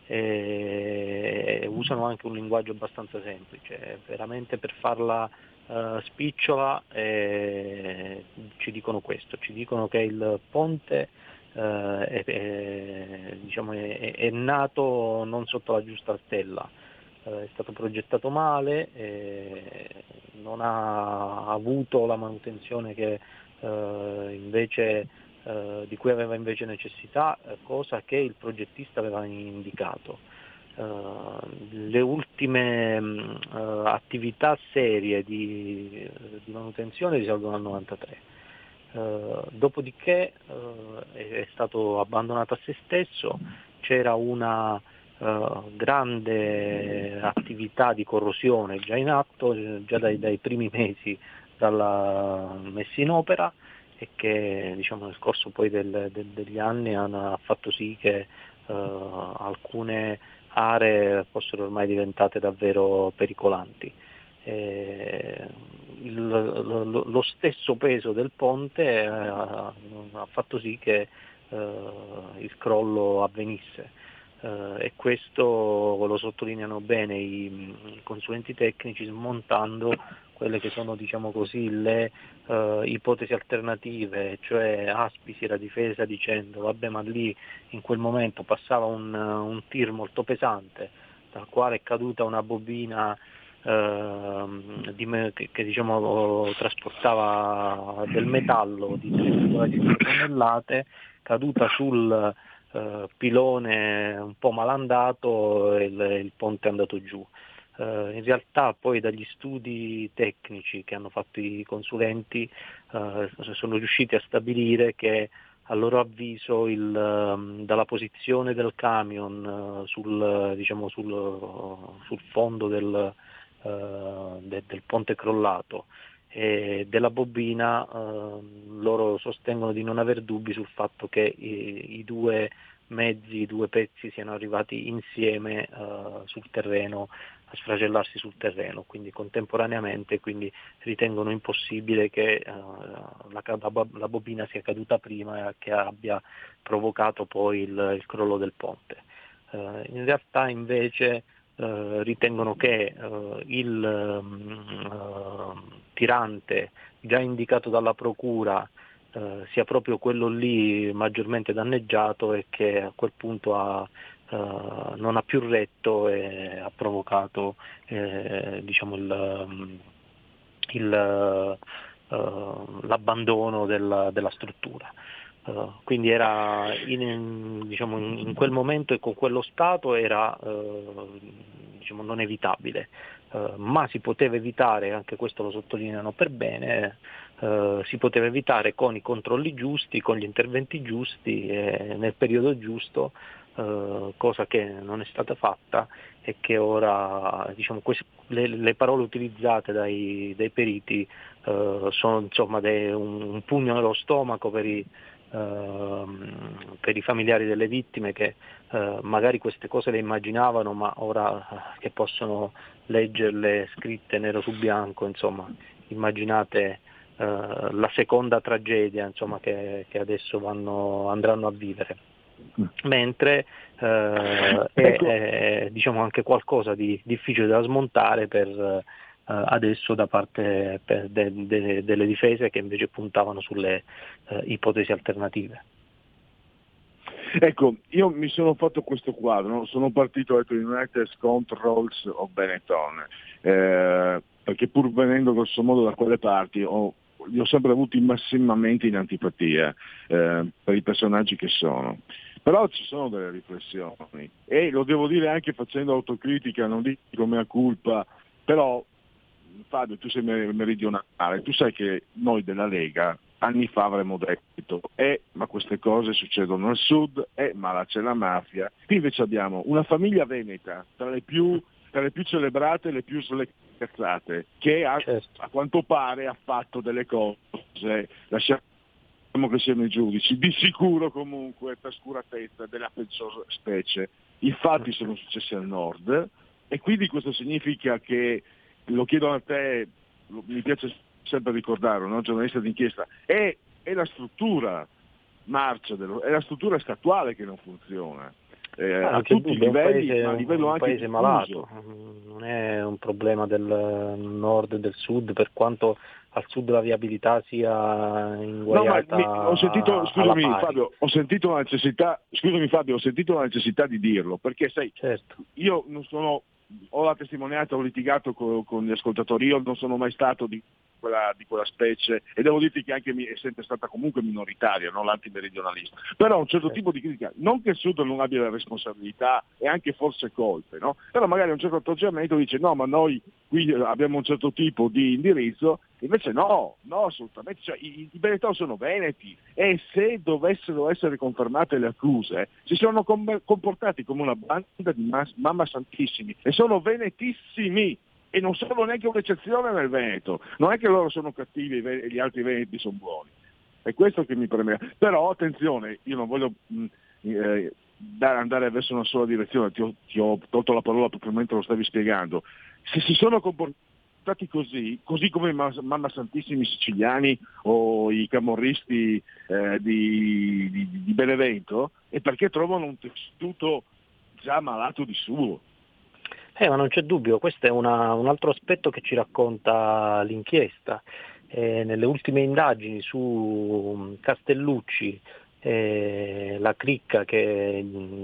e usano anche un linguaggio abbastanza semplice, veramente per farla eh, spicciola eh, ci dicono questo, ci dicono che il ponte eh, è, è, diciamo, è, è nato non sotto la giusta stella, eh, è stato progettato male, eh, non ha avuto la manutenzione che eh, invece eh, di cui aveva invece necessità, eh, cosa che il progettista aveva indicato. Uh, le ultime uh, attività serie di, di manutenzione risalgono al novantatré, uh, dopodiché uh, è, è stato abbandonato a se stesso, c'era una uh, grande attività di corrosione già in atto, già dai, dai primi mesi dalla messa in opera, e che diciamo, nel corso poi del, del, degli anni hanno fatto sì che uh, alcune aree fossero ormai diventate davvero pericolanti. Eh, il, lo, lo stesso peso del ponte eh, ha fatto sì che eh, il crollo avvenisse eh, e questo lo sottolineano bene i, i consulenti tecnici, smontando quelle che sono, diciamo così, le uh, ipotesi alternative, cioè Aspi si era difesa dicendo vabbè, ma lì in quel momento passava un, un tir molto pesante dal quale è caduta una bobina uh, di me, che, che diciamo trasportava del metallo di tre virgola cinque tonnellate, caduta sul uh, pilone un po' malandato e il, il ponte è andato giù. Uh, in realtà poi dagli studi tecnici che hanno fatto i consulenti uh, sono riusciti a stabilire che a loro avviso il, um, dalla posizione del camion uh, sul, diciamo, sul, uh, sul fondo del, uh, de, del ponte crollato e della bobina uh, loro sostengono di non aver dubbi sul fatto che i, i due mezzi, i due pezzi siano arrivati insieme uh, sul terreno, a sfracellarsi sul terreno, quindi contemporaneamente, quindi ritengono impossibile che uh, la, la, la bobina sia caduta prima e che abbia provocato poi il, il crollo del ponte. Uh, in realtà invece uh, ritengono che uh, il um, uh, tirante già indicato dalla procura Uh, sia proprio quello lì maggiormente danneggiato e che a quel punto ha, uh, non ha più retto e ha provocato eh, diciamo il, il, uh, l'abbandono della, della struttura. Uh, quindi era in, diciamo, in quel momento e con quello stato era uh, diciamo, non evitabile, uh, ma si poteva evitare, anche questo lo sottolineano per bene, uh, si poteva evitare con i controlli giusti, con gli interventi giusti e nel periodo giusto, uh, cosa che non è stata fatta e che ora diciamo, queste, le, le parole utilizzate dai, dai periti uh, sono insomma dei, un, un pugno nello stomaco per i Uh, per i familiari delle vittime che uh, magari queste cose le immaginavano, ma ora uh, che possono leggerle scritte nero su bianco, insomma, immaginate uh, la seconda tragedia, insomma, che, che adesso vanno, andranno a vivere. Mentre uh, è, è diciamo anche qualcosa di difficile da smontare per uh, adesso da parte per de, de, delle difese che invece puntavano sulle uh, ipotesi alternative. Ecco, io mi sono fatto questo quadro, no? Sono partito, ho detto United Controls of Benetton, eh, perché pur venendo grosso modo da quelle parti ho, li ho sempre avuti massimamente in antipatia eh, per i personaggi che sono. Però ci sono delle riflessioni e lo devo dire anche facendo autocritica, non dico mea culpa, però Fabio, tu sei meridionale, tu sai che noi della Lega anni fa avremmo detto, eh, ma queste cose succedono al sud, eh, ma là c'è la mafia. Qui invece abbiamo una famiglia veneta, tra le più, tra le più celebrate e le più slecazzate, che ha, certo. a quanto pare ha fatto delle cose, lasciamo che siano i giudici, di sicuro comunque per scuratezza della peggior specie. I fatti sono successi al nord e quindi questo significa che, lo chiedo a te, lo, mi piace sempre ricordarlo, no? Giornalista d'inchiesta, è, è la struttura marcia, dello, è la struttura statuale che non funziona. Eh, ah, a tutti i livelli, paese, ma a livello un anche paese diffuso. malato, non è un problema del nord e del sud, per quanto al sud la viabilità sia inguaiata. No, ma mi, ho sentito, scusami alla pari. Fabio, ho sentito la necessità, scusami Fabio, ho sentito la necessità di dirlo, perché sai, certo. io non sono, ho la testimonianza, ho litigato con, con gli ascoltatori, io non sono mai stato di quella, di quella specie e devo dirti che anche mi è sempre stata comunque minoritaria, non l'antimeridionalista, però un certo tipo di critica, non che il Sud non abbia le responsabilità e anche forse colpe, no? Però magari un certo atteggiamento dice no, ma noi qui abbiamo un certo tipo di indirizzo, invece no, no assolutamente, cioè, i, i Benetton sono veneti e se dovessero essere confermate le accuse si sono com- comportati come una banda di mas- mamma santissimi e sono venetissimi. E non sono neanche un'eccezione nel Veneto, non è che loro sono cattivi e gli altri veneti sono buoni, è questo che mi preme. Però attenzione, io non voglio mh, eh, andare verso una sola direzione, ti ho, ti ho tolto la parola perché mentre lo stavi spiegando. Se si sono comportati così, così come i Mamma Santissimi siciliani o i camorristi eh, di, di, di Benevento, è perché trovano un tessuto già malato di suo. Eh, ma non c'è dubbio, questo è una, un altro aspetto che ci racconta l'inchiesta. Eh, nelle ultime indagini su Castellucci, eh, la cricca che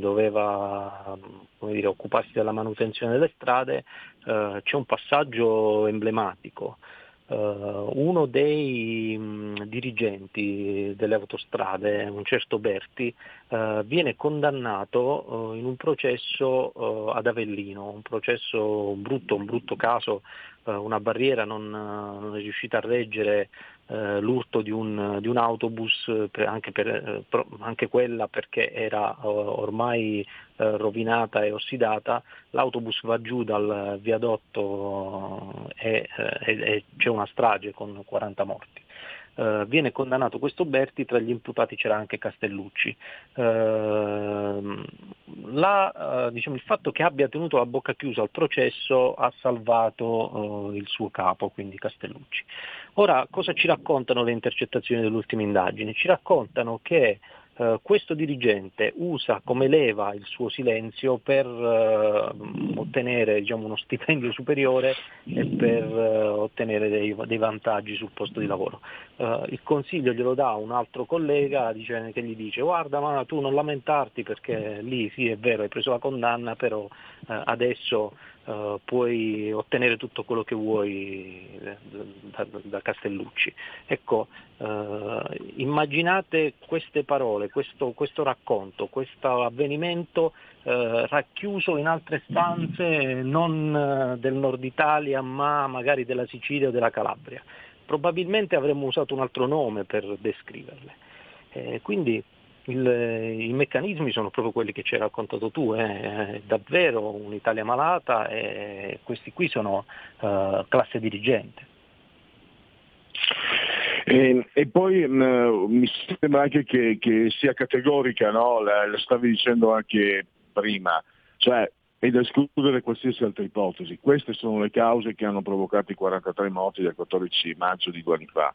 doveva, come dire, occuparsi della manutenzione delle strade, eh, c'è un passaggio emblematico. Uh, uno dei mh, dirigenti delle autostrade, un certo Berti, uh, viene condannato uh, in un processo uh, ad Avellino, un processo brutto, un brutto caso, uh, una barriera non, uh, non è riuscita a reggere uh, l'urto di un, di un autobus, per, anche, per, uh, anche quella perché era uh, ormai uh, rovinata e ossidata. L'autobus va giù dal viadotto e, e, e c'è una strage con quaranta morti. Uh, viene condannato questo Berti, tra gli imputati c'era anche Castellucci. Uh, la, uh, diciamo, il fatto che abbia tenuto la bocca chiusa al processo ha salvato uh, il suo capo, quindi Castellucci. Ora, cosa ci raccontano le intercettazioni delle ultime indagini? Ci raccontano che Uh, questo dirigente usa come leva il suo silenzio per uh, ottenere, diciamo, uno stipendio superiore e per uh, ottenere dei, dei vantaggi sul posto di lavoro. Uh, il consiglio glielo dà un altro collega, dice, che gli dice: guarda, ma tu non lamentarti perché lì sì è vero hai preso la condanna, però uh, adesso uh, puoi ottenere tutto quello che vuoi da, da Castellucci. Ecco, uh, immaginate queste parole, Questo, questo racconto, questo avvenimento eh, racchiuso in altre stanze non eh, del nord Italia ma magari della Sicilia o della Calabria. Probabilmente avremmo usato un altro nome per descriverle. Eh, quindi il, i meccanismi sono proprio quelli che ci hai raccontato tu, eh. È davvero un'Italia malata e questi qui sono eh, classe dirigente. E, e poi mh, mi sembra anche che, che sia categorica, no? Lo stavi dicendo anche prima, cioè è da escludere qualsiasi altra ipotesi. Queste sono le cause che hanno provocato i quarantatré morti del quattordici maggio di due anni fa.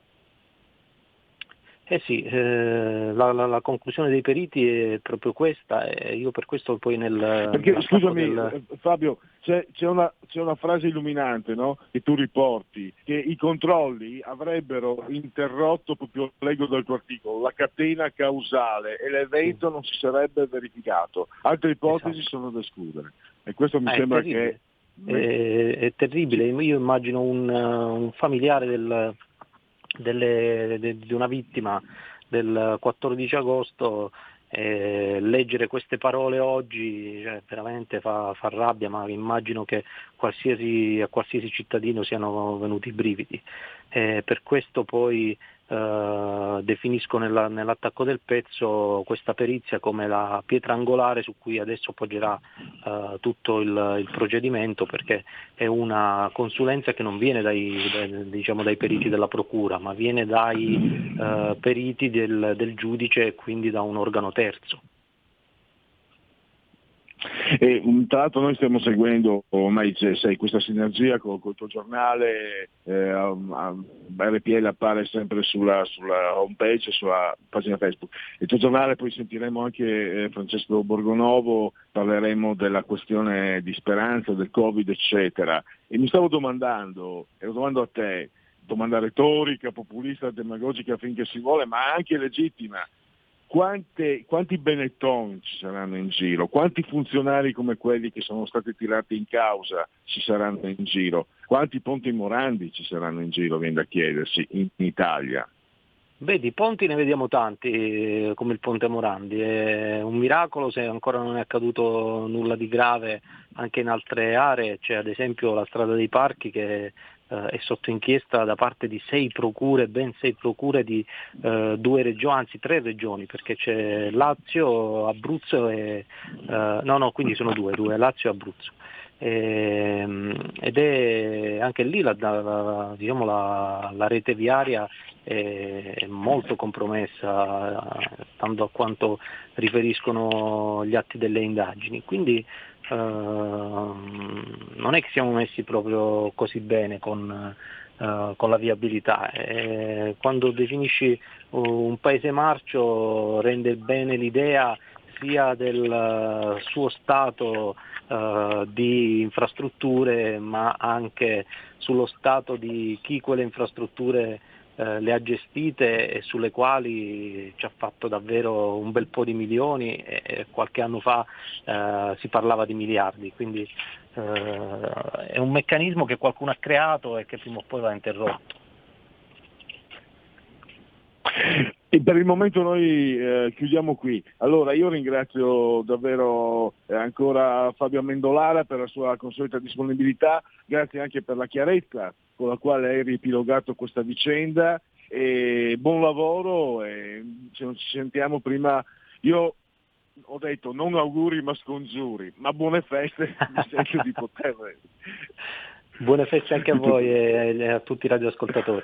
Eh sì, eh, la, la, la conclusione dei periti è proprio questa, e io per questo poi nel... Perché nel scusami del... Fabio, c'è, c'è, una, c'è una frase illuminante, no? Che tu riporti, che i controlli avrebbero interrotto, proprio leggo dal tuo articolo, la catena causale e l'evento sì. non si sarebbe verificato. Altre ipotesi esatto. sono da escludere e questo mi ah, sembra che... È, è terribile, io immagino un, un familiare del... Delle, de, di una vittima del quattordici agosto, eh, leggere queste parole oggi cioè, veramente fa, fa rabbia, ma immagino che qualsiasi, a qualsiasi cittadino siano venuti i brividi. Eh, per questo poi eh, definisco nella, nell'attacco del pezzo questa perizia come la pietra angolare su cui adesso poggerà eh, tutto il, il procedimento, perché è una consulenza che non viene dai, dai, diciamo, dai periti della procura, ma viene dai eh, periti del, del giudice e quindi da un organo terzo. E tra l'altro noi stiamo seguendo ormai c'è, sai, questa sinergia con, con il tuo giornale, eh, R P L appare sempre sulla, sulla home page, sulla pagina Facebook. Il tuo giornale, poi sentiremo anche eh, Francesco Borgonovo, parleremo della questione di Speranza, del Covid eccetera, e mi stavo domandando, e lo domando a te, domanda retorica, populista, demagogica finché si vuole, ma anche legittima: Quante, quanti Benetton ci saranno in giro? Quanti funzionari come quelli che sono stati tirati in causa ci saranno in giro? Quanti Ponti Morandi ci saranno in giro, viene da chiedersi, in, in Italia? Beh, di ponti ne vediamo tanti, eh, come il Ponte Morandi. È un miracolo se ancora non è accaduto nulla di grave anche in altre aree. C'è ad esempio la strada dei parchi che eh, è sotto inchiesta da parte di sei procure, ben sei procure di eh, due regioni, anzi tre regioni, perché c'è Lazio, Abruzzo e eh, no no, quindi sono due, due Lazio e Abruzzo. E, ed è anche lì la, la, diciamo la, la rete viaria è, è molto compromessa, stando a quanto riferiscono gli atti delle indagini, quindi Uh, non è che siamo messi proprio così bene con, uh, con la viabilità. E quando definisci un paese marcio rende bene l'idea sia del uh, suo stato uh, di infrastrutture, ma anche sullo stato di chi quelle infrastrutture le ha gestite e sulle quali ci ha fatto davvero un bel po' di milioni, e qualche anno fa eh, si parlava di miliardi, quindi eh, è un meccanismo che qualcuno ha creato e che prima o poi va interrotto. E per il momento noi eh, chiudiamo qui. Allora io ringrazio davvero eh, ancora Fabio Amendolara per la sua consueta disponibilità, grazie anche per la chiarezza con la quale hai riepilogato questa vicenda, e buon lavoro, e se non ci sentiamo prima, io ho detto non auguri ma scongiuri, ma buone feste, mi sento di poter. Buone feste anche a voi e a tutti i radioascoltatori.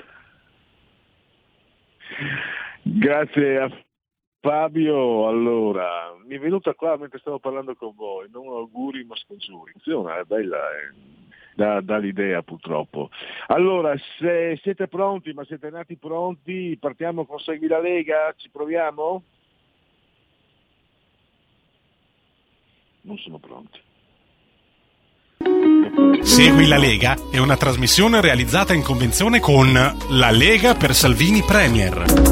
Grazie a Fabio. Allora, mi è venuta qua mentre stavo parlando con voi, non auguri ma scongiuri, è una bella, eh, dà, dà l'idea purtroppo. Allora, se siete pronti, ma siete nati pronti, partiamo con Segui la Lega, ci proviamo? Non sono pronti. Segui la Lega è una trasmissione realizzata in convenzione con La Lega per Salvini Premier.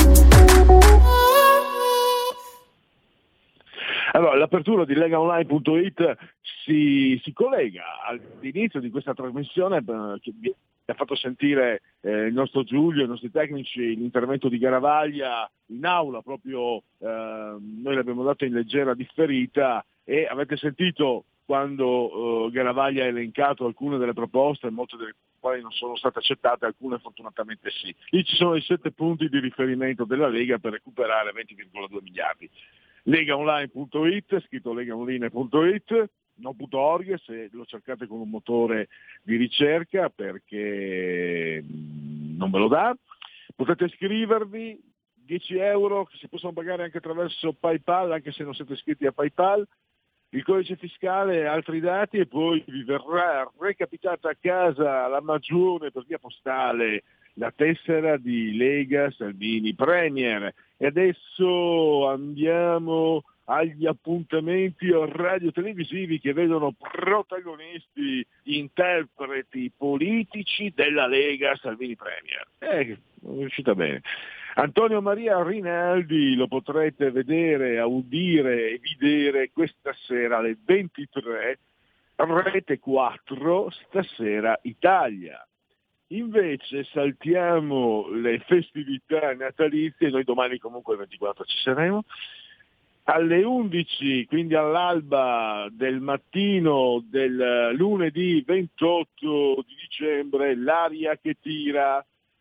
Allora, l'apertura di legaonline punto it si, si collega all'inizio di questa trasmissione eh, che vi ha fatto sentire eh, il nostro Giulio, i nostri tecnici, l'intervento di Garavaglia in aula, proprio eh, noi l'abbiamo dato in leggera differita, e avete sentito quando eh, Garavaglia ha elencato alcune delle proposte, molte delle quali non sono state accettate, alcune fortunatamente sì. Lì ci sono i sette punti di riferimento della Lega per recuperare venti virgola due miliardi. legaonline punto it, scritto legaonline punto it, non punto org se lo cercate con un motore di ricerca, perché non ve lo dà. Potete iscrivervi, dieci euro che si possono pagare anche attraverso PayPal, anche se non siete iscritti a PayPal, il codice fiscale e altri dati, e poi vi verrà recapitata a casa la magione per via postale la tessera di Lega Salvini Premier. E adesso andiamo agli appuntamenti radio-televisivi che vedono protagonisti interpreti politici della Lega Salvini Premier. Eh, è riuscita bene. Antonio Maria Rinaldi lo potrete vedere, udire e vedere questa sera alle ventitré, Rete quattro, Stasera Italia. Invece saltiamo le festività natalizie, noi domani comunque il ventiquattro ci saremo, alle undici, quindi all'alba del mattino del lunedì ventotto di dicembre, L'aria che tira,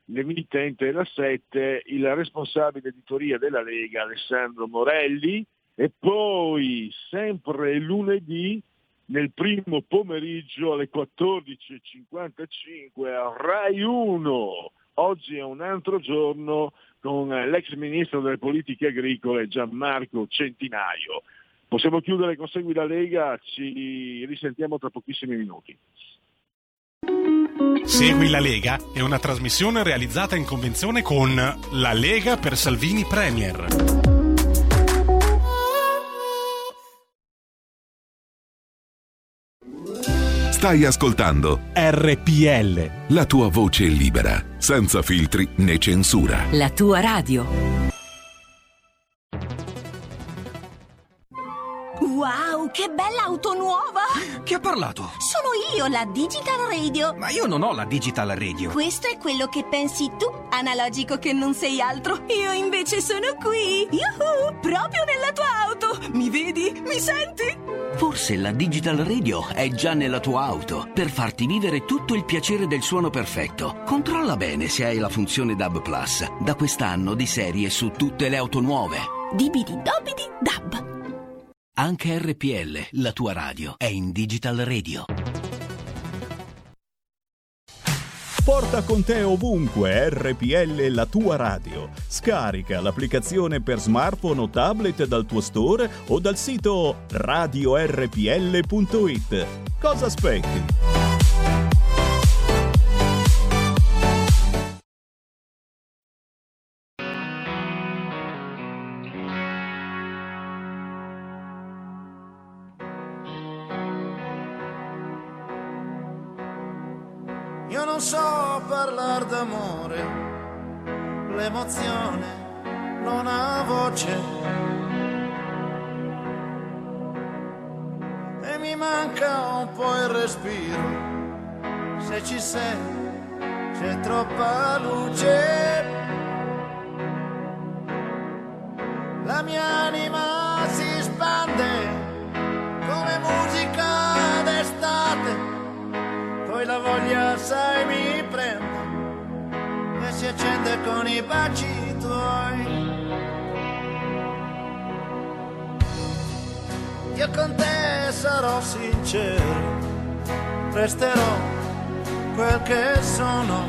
l'emittente è la sette, il responsabile editoria della Lega Alessandro Morelli, e poi sempre lunedì nel primo pomeriggio alle quattordici e cinquantacinque a Rai uno. Oggi è un altro giorno con l'ex ministro delle politiche agricole Gianmarco Centinaio. Possiamo chiudere con Segui la Lega, ci risentiamo tra pochissimi minuti. Segui la Lega è una trasmissione realizzata in convenzione con La Lega per Salvini Premier. Stai ascoltando R P L, la tua voce libera, senza filtri né censura. La tua radio. Wow, che bella auto nuova! Chi ha parlato? Sono io, la Digital Radio. Ma io non ho la Digital Radio. Questo è quello che pensi tu, analogico che non sei altro. Io invece sono qui, yuhu, proprio nella tua auto. Mi vedi? Mi senti? Forse la Digital Radio è già nella tua auto per farti vivere tutto il piacere del suono perfetto. Controlla bene se hai la funzione D A B Plus. Da quest'anno di serie su tutte le auto nuove. Dibidi dobidi dab. Anche R P L, la tua radio, è in Digital Radio. Porta con te ovunque R P L, la tua radio. Scarica l'applicazione per smartphone o tablet dal tuo store o dal sito radio r p l punto i t. Cosa aspetti? Io non so parlare d'amore, l'emozione non ha voce e mi manca un po' il respiro. Se ci sei c'è troppa luce, la mia anima si spande come musica d'estate. Poi la voglia, sai, mi prende e si accende con i baci tuoi. Io con te sarò sincero, resterò quel che sono.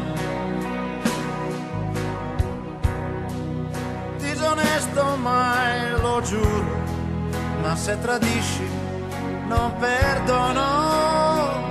Disonesto mai, lo giuro, ma se tradisci non perdono.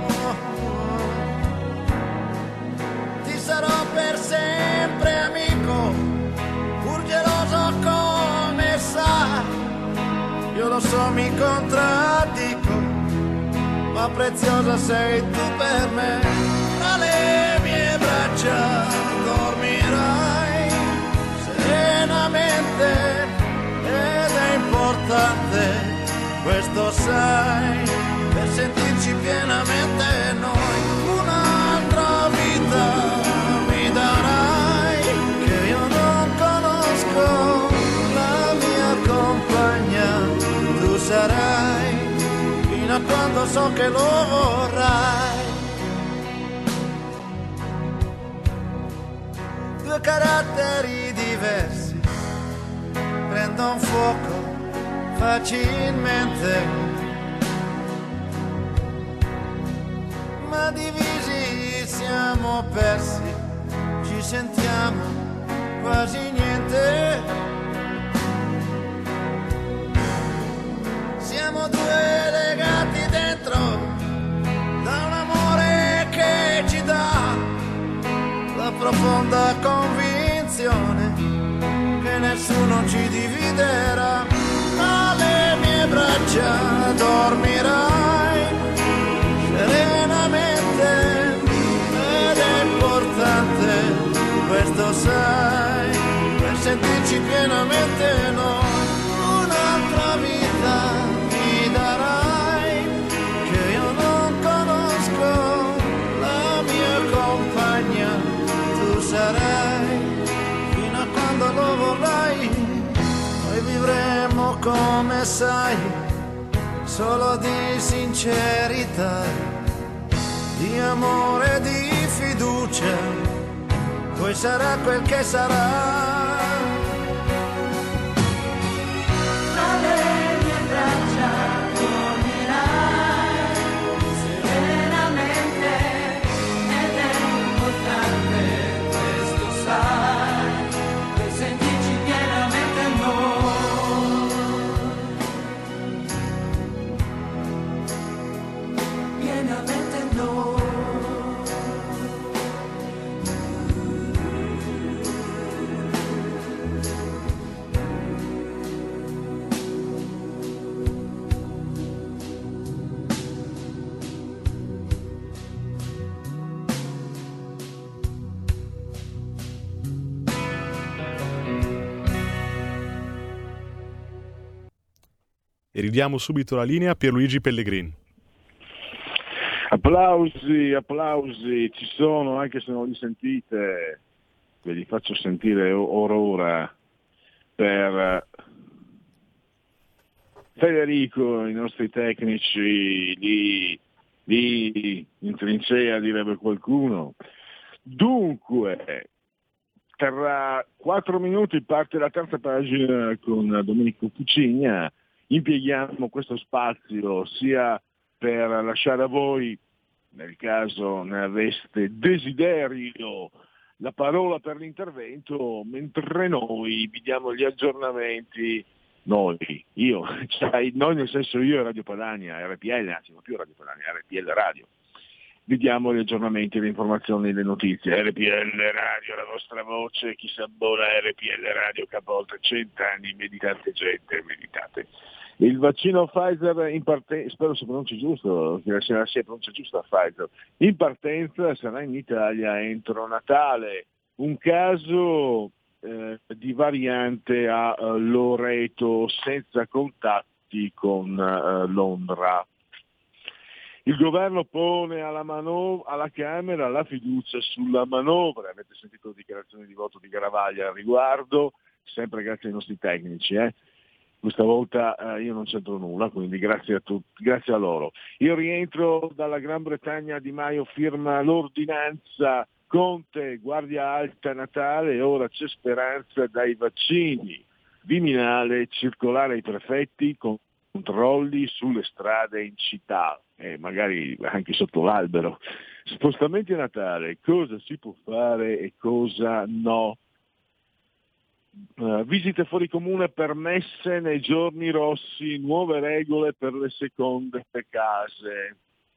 Sarò per sempre amico, pur geloso come sai. Io lo so, mi contraddico, ma preziosa sei tu per me. Tra le mie braccia dormirai serenamente ed è importante, questo sai, per sentirci pienamente noi. Un'altra vita darai che io non conosco, la mia compagna tu sarai fino a quando so che lo vorrai. Due caratteri diversi prendono fuoco facilmente, ma divisi siamo persi, ci sentiamo quasi niente. Siamo due legati dentro da un amore che ci dà la profonda convinzione che nessuno ci dividerà. Alle mie braccia dormirai serenamente ed è importante, questo sai, per sentirci pienamente noi. Un'altra vita mi darai che io non conosco, la mia compagna tu sarai fino a quando lo vorrai. Noi vivremo come sai, solo di sincerità, di amore, di fiducia, poi sarà quel che sarà. Tra le mie braccia dormirai serenamente ed è importante, questo sai, per sentirci pienamente noi, pienamente noi. E ridiamo subito la linea a Pierluigi Pellegrin. Applausi, applausi, ci sono, anche se non li sentite, ve li faccio sentire ora ora per Federico, i nostri tecnici lì, lì in trincea, direbbe qualcuno. Dunque, tra quattro minuti parte la terza pagina con Domenico Fucigna. Impieghiamo questo spazio sia per lasciare a voi, nel caso ne aveste desiderio, la parola per l'intervento, mentre noi vi diamo gli aggiornamenti, noi, io, cioè noi nel senso io e Radio Padania, R P L, anzi non più Radio Padania, R P L Radio, vi diamo gli aggiornamenti, le informazioni, le notizie. R P L Radio, la vostra voce, chi si abbona a R P L Radio che ha oltre cent'anni, meditate gente, meditate. Il vaccino Pfizer in partenza, spero si pronunci giusto, che sia si pronuncia giusta Pfizer, in partenza sarà in Italia entro Natale. Un caso eh, di variante a uh, Loreto senza contatti con uh, Londra. Il governo pone alla, manov- alla Camera la fiducia sulla manovra. Avete sentito le dichiarazioni di voto di Garavaglia al riguardo, sempre grazie ai nostri tecnici. Eh? Questa volta eh, io non c'entro nulla, quindi grazie a tutti, grazie a loro. Io rientro dalla Gran Bretagna, Di Maio firma l'ordinanza, Conte, guardia alta Natale, ora c'è speranza dai vaccini. Viminale, circolare ai prefetti con controlli sulle strade in città, e magari anche sotto l'albero. Spostamenti a Natale, cosa si può fare e cosa no? Uh, visite fuori comune permesse nei giorni rossi, nuove regole per le seconde case.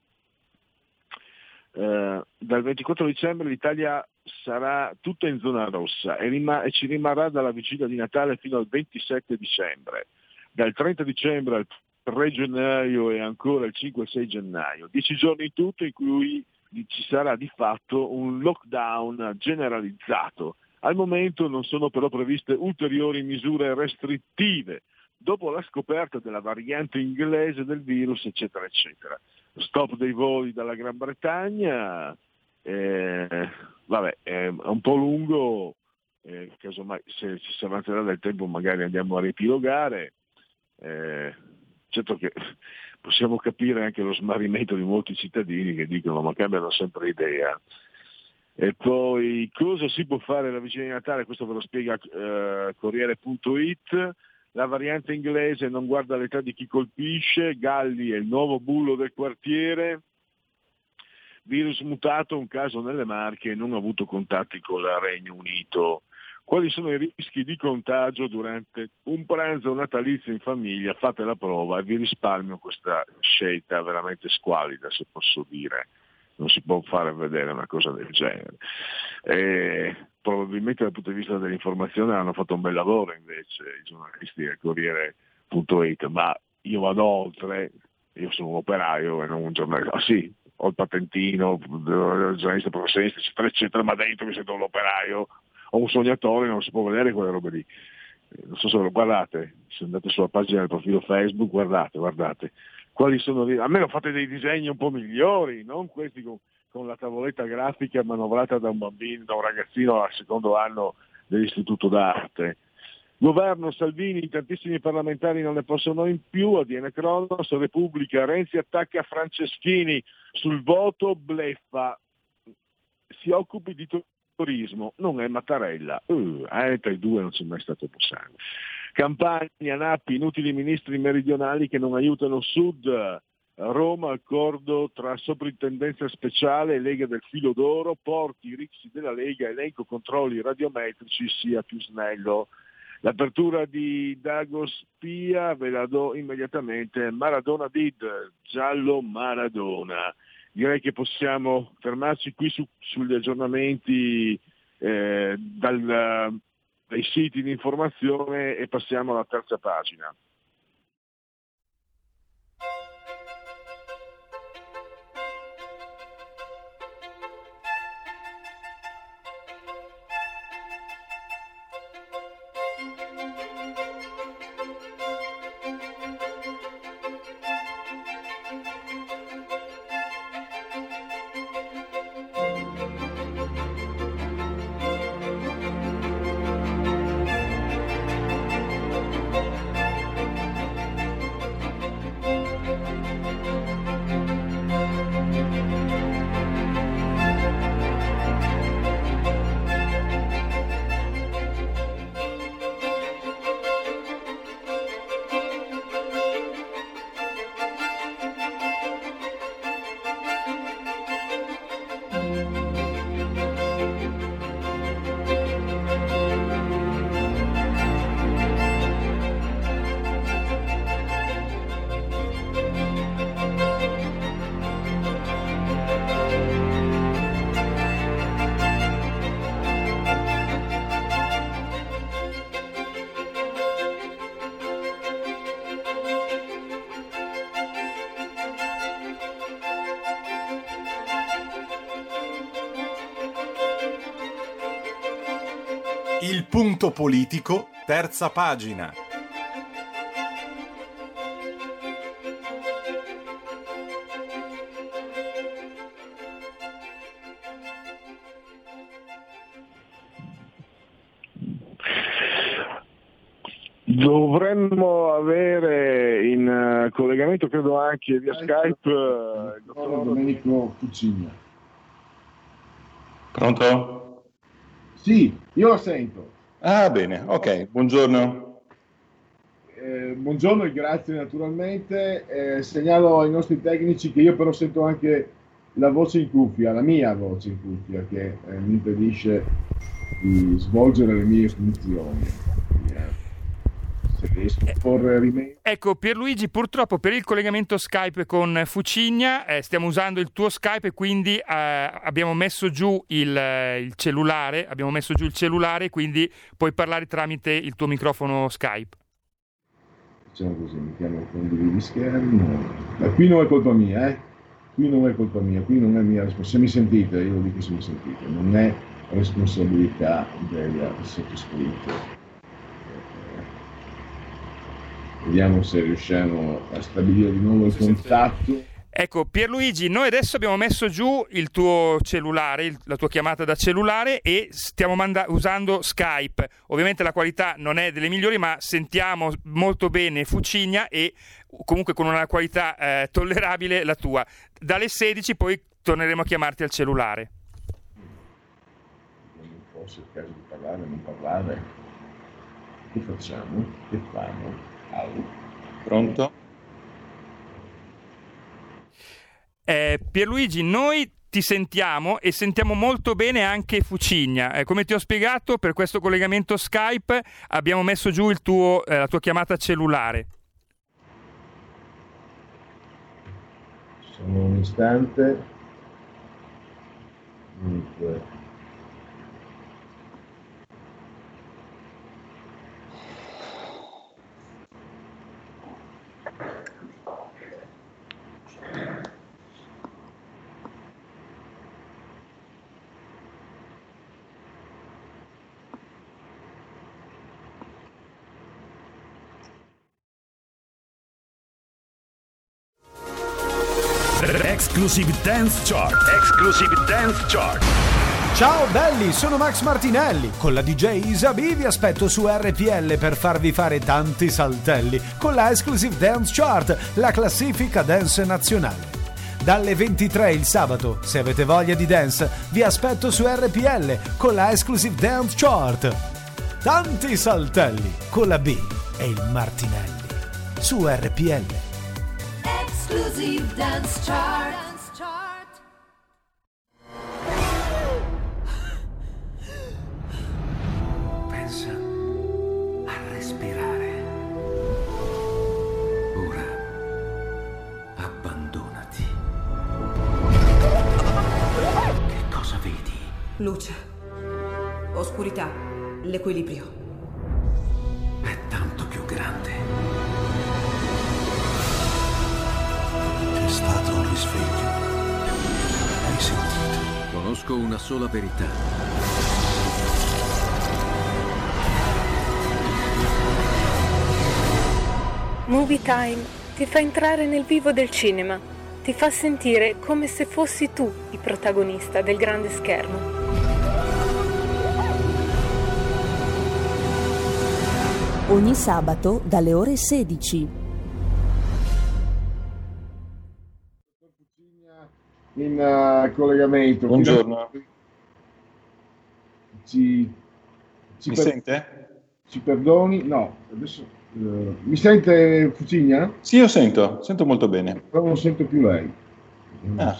Uh, dal ventiquattro dicembre l'Italia sarà tutta in zona rossa e, rim- e ci rimarrà dalla vigilia di Natale fino al ventisette dicembre. Dal trenta dicembre al tre gennaio e ancora il cinque e sei gennaio. Dieci giorni in tutto in cui ci sarà di fatto un lockdown generalizzato. Al momento non sono però previste ulteriori misure restrittive, dopo la scoperta della variante inglese del virus, eccetera, eccetera. Stop dei voli dalla Gran Bretagna, eh, vabbè, è un po' lungo, eh, casomai se ci si avanzerà del tempo magari andiamo a riepilogare. Eh, certo che possiamo capire anche lo smarrimento di molti cittadini che dicono ma cambiano sempre idea. E poi cosa si può fare alla vigilia di Natale? Questo ve lo spiega eh, Corriere punto it. La variante inglese non guarda l'età di chi colpisce, Galli è il nuovo bullo del quartiere, virus mutato, un caso nelle Marche, non ha avuto contatti con il Regno Unito. Quali sono i rischi di contagio durante un pranzo natalizio in famiglia? Fate la prova e vi risparmio questa scelta veramente squalida, se posso dire. Non si può fare vedere una cosa del genere. E probabilmente dal punto di vista dell'informazione hanno fatto un bel lavoro invece i giornalisti del Corriere punto it, ma io vado oltre, io sono un operaio e non un giornalista. Ah sì, ho il patentino, giornalista professionista, eccetera, eccetera, ma dentro mi sento un operaio, ho un sognatore, non si può vedere quelle robe lì. Non so se lo guardate, se andate sulla pagina del profilo Facebook, guardate, guardate. Quali sono, almeno fate dei disegni un po' migliori, non questi con, con la tavoletta grafica manovrata da un bambino, da un ragazzino al secondo anno dell'istituto d'arte. Governo Salvini, tantissimi parlamentari non ne possono in più, avviene Cronos, Repubblica, Renzi attacca Franceschini sul voto, bleffa, si occupi di turismo non è Mattarella. Uh, eh, tra i due non c'è mai stato sangue. Campania, Nappi, inutili ministri meridionali che non aiutano Sud. Roma, accordo tra soprintendenza speciale e Lega del Filo d'Oro, porti i rixi della Lega, elenco controlli radiometrici sia più snello. L'apertura di Dago Spia ve la do immediatamente. Maradona did, giallo Maradona. Direi che possiamo fermarci qui su, sugli aggiornamenti eh, dal, dai siti di informazione e passiamo alla terza pagina. Il punto politico, terza pagina. Dovremmo avere in uh, collegamento, credo anche via Skype, uh, il dottor Domenico Fucigna. Pronto? Sì, io lo sento. Ah, bene, ok, buongiorno. Eh, buongiorno e grazie naturalmente. Eh, segnalo ai nostri tecnici che io però sento anche la voce in cuffia, la mia voce in cuffia, che eh, mi impedisce di svolgere le mie funzioni. Se riesco a porre rimedio. Ecco Pierluigi, purtroppo per il collegamento Skype con Fucigna eh, stiamo usando il tuo Skype e quindi eh, abbiamo messo giù il, il cellulare, abbiamo messo giù il cellulare, quindi puoi parlare tramite il tuo microfono Skype. Facciamo così, mettiamo condividi schermi. Ma qui non è colpa mia, eh? Qui non è colpa mia, qui non è mia responsabilità. Se mi sentite, io lo dico se mi sentite, non è responsabilità del sottoscritto. Vediamo se riusciamo a stabilire di nuovo il contatto. Ecco Pierluigi, noi adesso abbiamo messo giù il tuo cellulare, il, la tua chiamata da cellulare e stiamo manda- usando Skype. Ovviamente la qualità non è delle migliori, ma sentiamo molto bene Fucigna e comunque con una qualità eh, tollerabile la tua. Dalle sedici poi torneremo a chiamarti al cellulare. Non fosse il caso di parlare, non parlare. Che facciamo? Che fanno? Pronto? Eh, Pierluigi, noi ti sentiamo e sentiamo molto bene anche Fucigna. Eh, come ti ho spiegato, per questo collegamento Skype abbiamo messo giù il tuo, eh, la tua chiamata cellulare. Sono un istante. Dunque. Exclusive Dance Chart. Exclusive Dance Chart. Ciao belli, sono Max Martinelli. Con la D J Isabi vi aspetto su R P L per farvi fare tanti saltelli con la Exclusive Dance Chart, la classifica dance nazionale. Dalle ventitré il sabato, se avete voglia di dance, vi aspetto su R P L con la Exclusive Dance Chart. Tanti saltelli con la B e il Martinelli su R P L. Exclusive Dance Chart. Pensa a respirare. Ora abbandonati. Che cosa vedi? Luce, oscurità, l'equilibrio. È tanto più grande. C'è stato un risveglio. Hai sentito? Conosco una sola verità. Movie Time ti fa entrare nel vivo del cinema, ti fa sentire come se fossi tu il protagonista del grande schermo. Ogni sabato dalle ore sedici. In uh, collegamento. Buongiorno. Ci, ci Mi per- sente? Ci perdoni? No, adesso uh, mi sente Fucigna? Sì, io sento, sento molto bene. Però non sento più lei. Ah.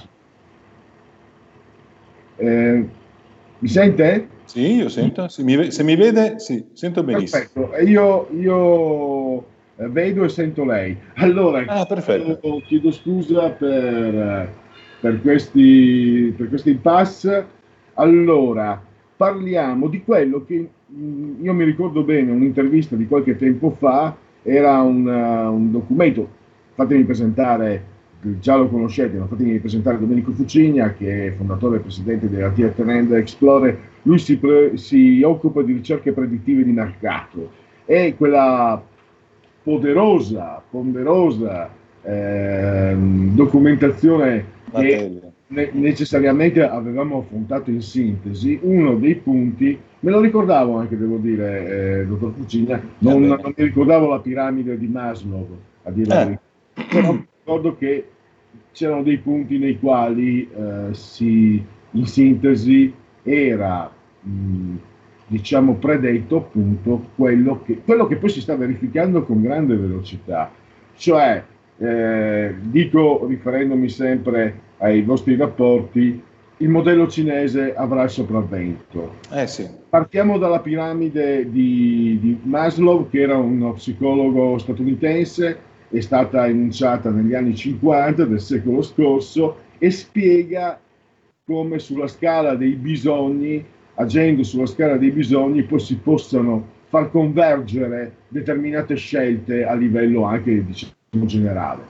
Eh, mi sente? Sì, io sento. Se mi, se mi vede, sì, sento benissimo. Perfetto, e io, io eh, vedo e sento lei. Allora, Ah, perfetto. chiedo, chiedo scusa per, per questi, per questi impasse. Allora, parliamo di quello che mh, io mi ricordo bene, un'intervista di qualche tempo fa, era un, uh, un documento, fatemi presentare, già lo conoscete, ma fatemi presentare Domenico Fucigna, che è fondatore e presidente della T R Trend Explorer. Lui si, pre- si occupa di ricerche predittive di mercato e quella poderosa, ponderosa ehm, documentazione che ne- necessariamente avevamo affrontato in sintesi, uno dei punti, me lo ricordavo anche, devo dire, eh, dottor Fucigna, non, non mi ricordavo la piramide di Maslow, a dire la Eh. verità, però mi ricordo che c'erano dei punti nei quali eh, si, in sintesi era mh, diciamo predetto appunto quello che, quello che poi si sta verificando con grande velocità, cioè eh, dico, riferendomi sempre ai vostri rapporti, il modello cinese avrà il sopravvento. Eh sì. Partiamo dalla piramide di, di Maslow, che era uno psicologo statunitense, è stata enunciata negli anni cinquanta del secolo scorso e spiega come sulla scala dei bisogni, agendo sulla scala dei bisogni, poi si possano far convergere determinate scelte a livello anche, diciamo, generale.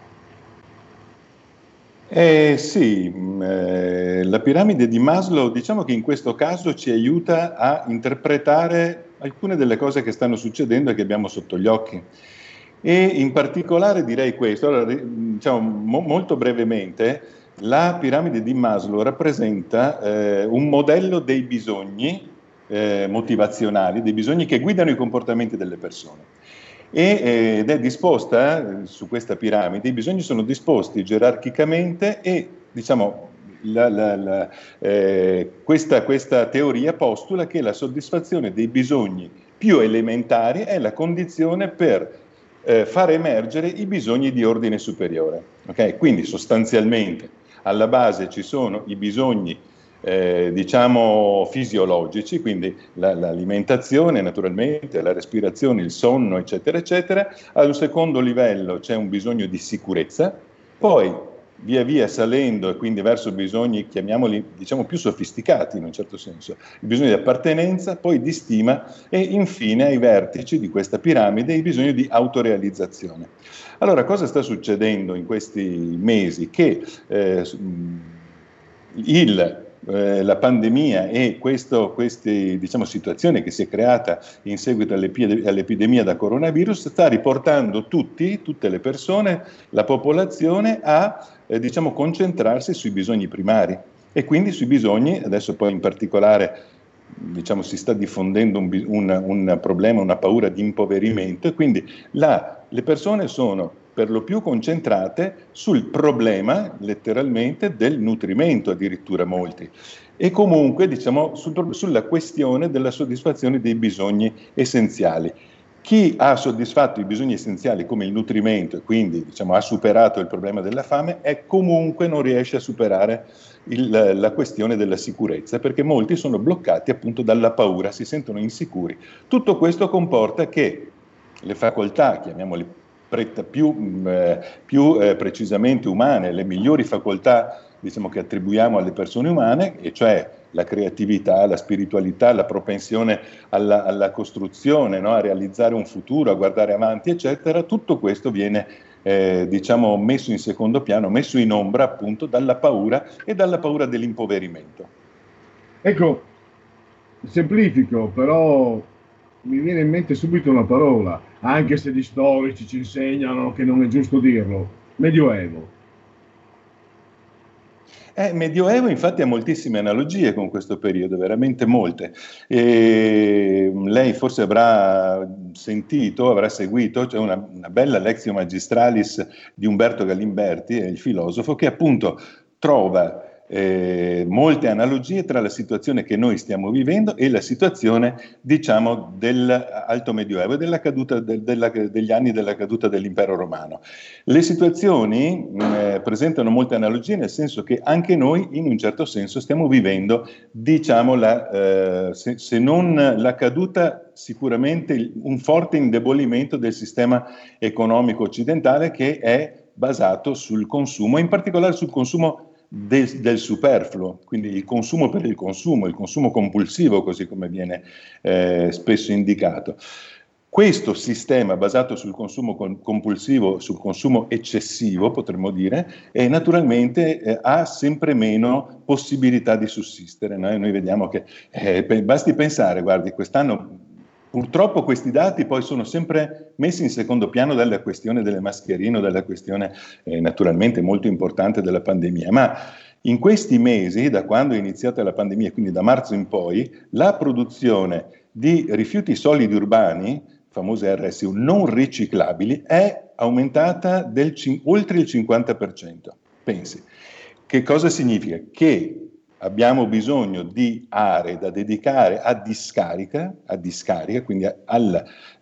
Eh sì, mh, eh, la piramide di Maslow, diciamo che in questo caso ci aiuta a interpretare alcune delle cose che stanno succedendo e che abbiamo sotto gli occhi. E in particolare direi questo, allora, diciamo mo- molto brevemente, la piramide di Maslow rappresenta eh, un modello dei bisogni eh, motivazionali, dei bisogni che guidano i comportamenti delle persone. E, eh, ed è disposta, eh, su questa piramide, i bisogni sono disposti gerarchicamente e, diciamo, la, la, la, eh, questa, questa teoria postula che la soddisfazione dei bisogni più elementari è la condizione per Eh, far emergere i bisogni di ordine superiore. Okay? Quindi sostanzialmente alla base ci sono i bisogni eh, diciamo fisiologici, quindi la, l'alimentazione naturalmente, la respirazione, il sonno eccetera eccetera. Ad un secondo livello c'è un bisogno di sicurezza, poi via via salendo e quindi verso bisogni, chiamiamoli diciamo più sofisticati in un certo senso, il bisogno di appartenenza, poi di stima e infine ai vertici di questa piramide il bisogno di autorealizzazione. Allora cosa sta succedendo in questi mesi? Che eh, il Eh, la pandemia e questo, questa diciamo, situazione che si è creata in seguito all'epide- all'epidemia da coronavirus sta riportando tutti, tutte le persone, la popolazione a eh, diciamo, concentrarsi sui bisogni primari e quindi sui bisogni, adesso poi in particolare diciamo, si sta diffondendo un, un, un problema, una paura di impoverimento e quindi la, le persone sono per lo più concentrate sul problema, letteralmente, del nutrimento, addirittura molti. E comunque, diciamo, sul, sulla questione della soddisfazione dei bisogni essenziali. Chi ha soddisfatto i bisogni essenziali come il nutrimento e quindi, diciamo, ha superato il problema della fame, è comunque non riesce a superare il, la questione della sicurezza, perché molti sono bloccati appunto dalla paura, si sentono insicuri. Tutto questo comporta che le facoltà, chiamiamole più, eh, più eh, precisamente umane, le migliori facoltà, diciamo, che attribuiamo alle persone umane, e cioè la creatività, la spiritualità, la propensione alla, alla costruzione, no? A realizzare un futuro, a guardare avanti, eccetera, tutto questo viene eh, diciamo messo in secondo piano, messo in ombra appunto dalla paura e dalla paura dell'impoverimento. Ecco, semplifico, però mi viene in mente subito una parola, anche se gli storici ci insegnano che non è giusto dirlo: Medioevo. Eh, Medioevo infatti ha moltissime analogie con questo periodo, veramente molte. E lei forse avrà sentito, avrà seguito, c'è una, una bella Lectio Magistralis di Umberto Galimberti, il filosofo, che appunto trova Eh, molte analogie tra la situazione che noi stiamo vivendo e la situazione, diciamo, dell'Alto Medioevo e della caduta de, della, degli anni della caduta dell'Impero Romano. Le situazioni eh, presentano molte analogie, nel senso che anche noi in un certo senso stiamo vivendo, diciamo, la, eh, se, se non la caduta, sicuramente un forte indebolimento del sistema economico occidentale, che è basato sul consumo, in particolare sul consumo Del, del superfluo, quindi il consumo per il consumo, il consumo compulsivo, così come viene eh, spesso indicato. Questo sistema basato sul consumo compulsivo, sul consumo eccessivo, potremmo dire, e naturalmente eh, ha sempre meno possibilità di sussistere. No? Noi vediamo che, eh, basti pensare, guardi, quest'anno purtroppo questi dati poi sono sempre messi in secondo piano dalla questione delle mascherine o dalla questione eh, naturalmente molto importante della pandemia, ma in questi mesi, da quando è iniziata la pandemia, quindi da marzo in poi, la produzione di rifiuti solidi urbani, famose R S U, non riciclabili, è aumentata del, oltre il cinquanta per cento. Pensi, che cosa significa? Che abbiamo bisogno di aree da dedicare a discarica, a discarica quindi a, al,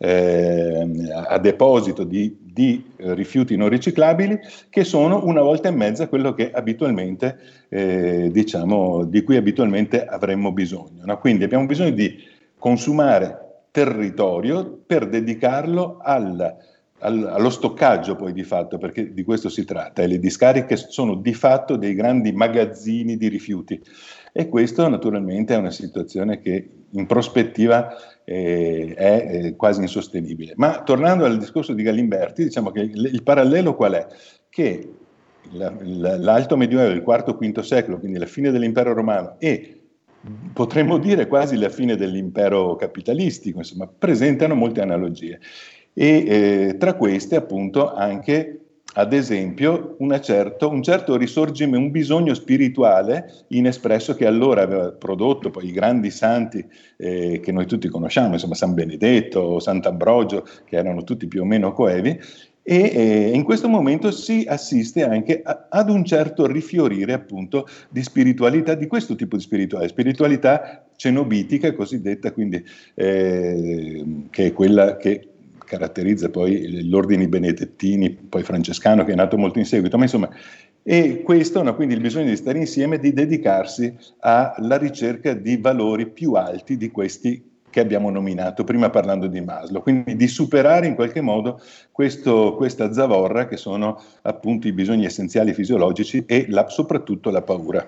eh, a deposito di, di eh, rifiuti non riciclabili, che sono una volta e mezza quello che abitualmente, eh, diciamo, di cui abitualmente avremmo bisogno. No? Quindi abbiamo bisogno di consumare territorio per dedicarlo al allo stoccaggio poi di fatto, perché di questo si tratta, e le discariche sono di fatto dei grandi magazzini di rifiuti, e questo naturalmente è una situazione che in prospettiva eh, è eh, quasi insostenibile. Ma tornando al discorso di Galimberti, diciamo che il, il parallelo qual è? Che la, la, l'Alto Medioevo, il quarto quinto secolo, quindi la fine dell'Impero Romano e potremmo dire quasi la fine dell'impero capitalistico, insomma, presentano molte analogie. E eh, tra queste appunto anche, ad esempio, una certo, un certo risorgimento, un bisogno spirituale inespresso che allora aveva prodotto poi i grandi santi eh, che noi tutti conosciamo, insomma San Benedetto, Sant'Ambrogio, che erano tutti più o meno coevi, e eh, in questo momento si assiste anche a, ad un certo rifiorire appunto di spiritualità, di questo tipo di spiritualità, spiritualità cenobitica cosiddetta, quindi eh, che è quella che caratterizza poi l'ordine benedettini, poi francescano, che è nato molto in seguito, ma insomma, e questo, no, quindi il bisogno di stare insieme, di dedicarsi alla ricerca di valori più alti di questi che abbiamo nominato prima parlando di Maslow, quindi di superare in qualche modo questo, questa zavorra che sono appunto i bisogni essenziali fisiologici e la, soprattutto la paura.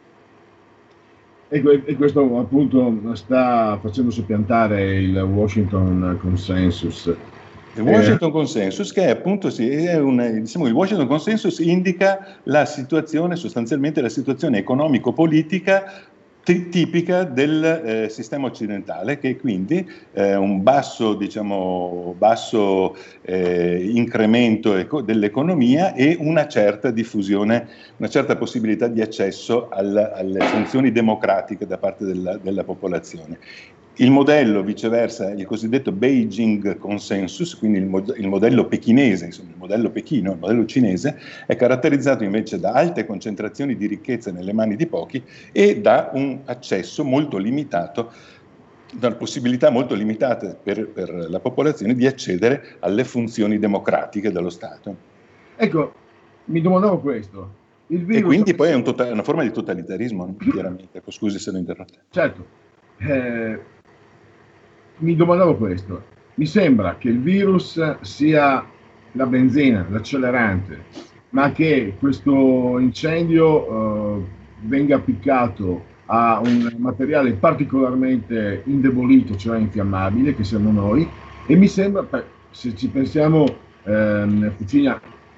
E questo appunto sta facendo soppiantare il Washington Consensus. Il Washington eh. Consensus, che è appunto sì, è un, diciamo, il Washington Consensus indica la situazione, sostanzialmente la situazione economico-politica t- tipica del eh, sistema occidentale, che quindi eh, un basso, diciamo, basso eh, incremento eco- dell'economia e una certa diffusione, una certa possibilità di accesso al, alle funzioni democratiche da parte della, della popolazione. Il modello, viceversa, il cosiddetto Beijing Consensus, quindi il, mod- il modello pechinese, insomma il modello pechino, il modello cinese, è caratterizzato invece da alte concentrazioni di ricchezza nelle mani di pochi e da un accesso molto limitato, da possibilità molto limitate per, per la popolazione di accedere alle funzioni democratiche dello Stato. Ecco, mi domandavo questo. Il virus e quindi poi è un tota- una forma di totalitarismo, chiaramente. Scusi se l'ho interrotto. Certo. Eh, mi domandavo questo. Mi sembra che il virus sia la benzina, l'accelerante, ma che questo incendio eh, venga appiccato a un materiale particolarmente indebolito, cioè infiammabile, che siamo noi, e mi sembra, se ci pensiamo, ehm, Fucina,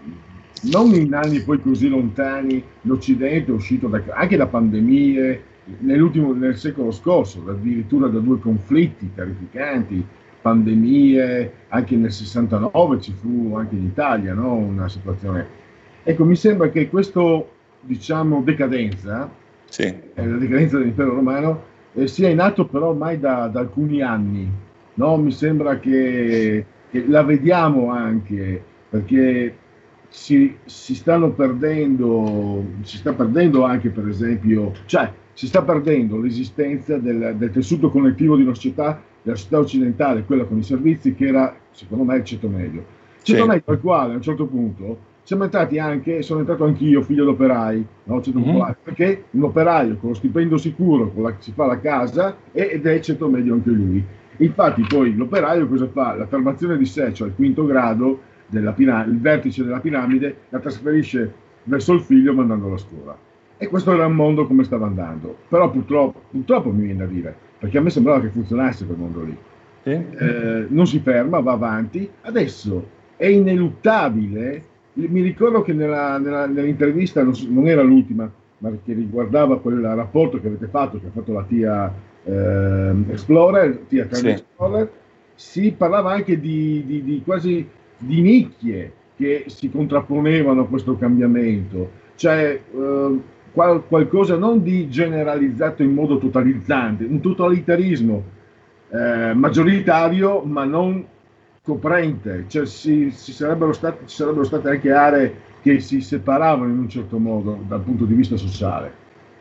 non in anni poi così lontani, l'Occidente è uscito da, anche da pandemie, nell'ultimo, nel secolo scorso, addirittura da due conflitti terrificanti, pandemie, anche nel sessantanove ci fu anche in Italia, no? Una situazione. Ecco, mi sembra che questo, diciamo, decadenza, sì. eh, la decadenza dell'impero romano, eh, sia in atto però ormai da, da alcuni anni, no? Mi sembra che, che la vediamo anche, perché si, si stanno perdendo, si sta perdendo anche, per esempio, cioè si sta perdendo l'esistenza del, del tessuto connettivo di una società, della società occidentale, quella con i servizi, che era, secondo me, il ceto medio. Ceto Sì. medio al quale, a un certo punto, siamo entrati anche, sono entrato anch'io, figlio d'operai, no? Ceto Mhm. popolare, perché un operaio con lo stipendio sicuro, con la, si fa la casa, e- ed è ceto medio anche lui. Infatti poi l'operaio cosa fa? L'affermazione di sé, cioè il quinto grado, della piramide, il vertice della piramide, la trasferisce verso il figlio mandandolo a scuola. E questo era il mondo come stava andando. Però purtroppo, purtroppo mi viene da dire, perché a me sembrava che funzionasse quel mondo lì. Sì. Eh, non si ferma, va avanti. Adesso è ineluttabile. Mi ricordo che nella, nella- nell'intervista, non, so- non era l'ultima, ma che riguardava quel rapporto che avete fatto, che ha fatto la T I A ehm, Explorer, T I A Crime Sì. Explorer, si parlava anche di, di- di quasi di nicchie che si contrapponevano a questo cambiamento, cioè eh, qual- qualcosa non di generalizzato in modo totalizzante, un totalitarismo eh, maggioritario ma non coprente, cioè si, si sarebbero state, ci sarebbero state anche aree che si separavano in un certo modo dal punto di vista sociale.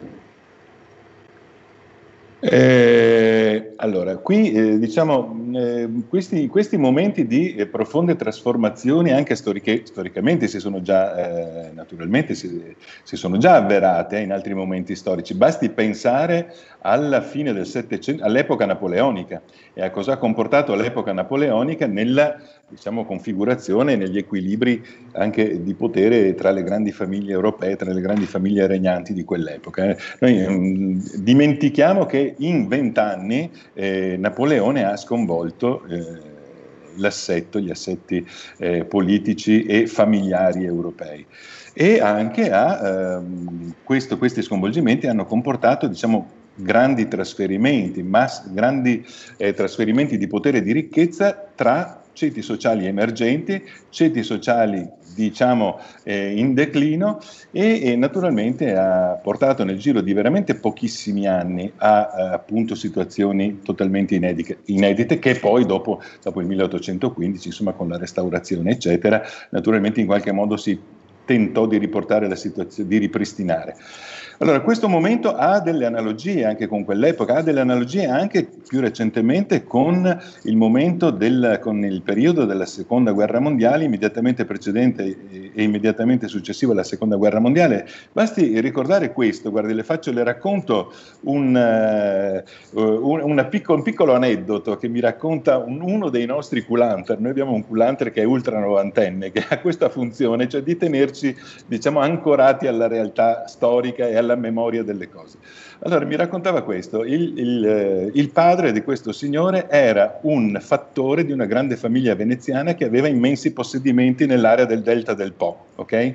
Eh, allora, qui eh, diciamo eh, questi, questi momenti di eh, profonde trasformazioni anche storiche, storicamente si sono già eh, naturalmente si, si sono già avverate eh, in altri momenti storici. Basti pensare alla fine del Settecento, all'epoca napoleonica, e a cosa ha comportato l'epoca napoleonica nella, diciamo, configurazione, negli equilibri anche di potere tra le grandi famiglie europee, tra le grandi famiglie regnanti di quell'epoca. eh. Noi mh, dimentichiamo che in vent'anni eh, Napoleone ha sconvolto eh, l'assetto, gli assetti eh, politici e familiari europei. E anche a ehm, questo, questi sconvolgimenti hanno comportato, diciamo, grandi trasferimenti, mass, grandi eh, trasferimenti di potere e di ricchezza tra ceti sociali emergenti, ceti sociali diciamo eh, in declino e, e naturalmente ha portato nel giro di veramente pochissimi anni a, a appunto situazioni totalmente inedite, inedite che poi dopo, dopo il milleottocentoquindici, insomma con la restaurazione eccetera, naturalmente in qualche modo si tentò di riportare la situazione, di ripristinare. Allora, questo momento ha delle analogie anche con quell'epoca, ha delle analogie anche più recentemente con il momento del, con il periodo della seconda guerra mondiale, immediatamente precedente e, e immediatamente successivo alla seconda guerra mondiale. Basti ricordare questo, guardi, le faccio, le racconto un, uh, un, una picco, un piccolo aneddoto che mi racconta un, uno dei nostri culanter. Noi abbiamo un culanter che è ultra novantenne, che ha questa funzione, cioè di tenerci, diciamo, ancorati alla realtà storica e alla memoria delle cose. Allora mi raccontava questo, il, il, il padre di questo signore era un fattore di una grande famiglia veneziana che aveva immensi possedimenti nell'area del delta del Po, ok?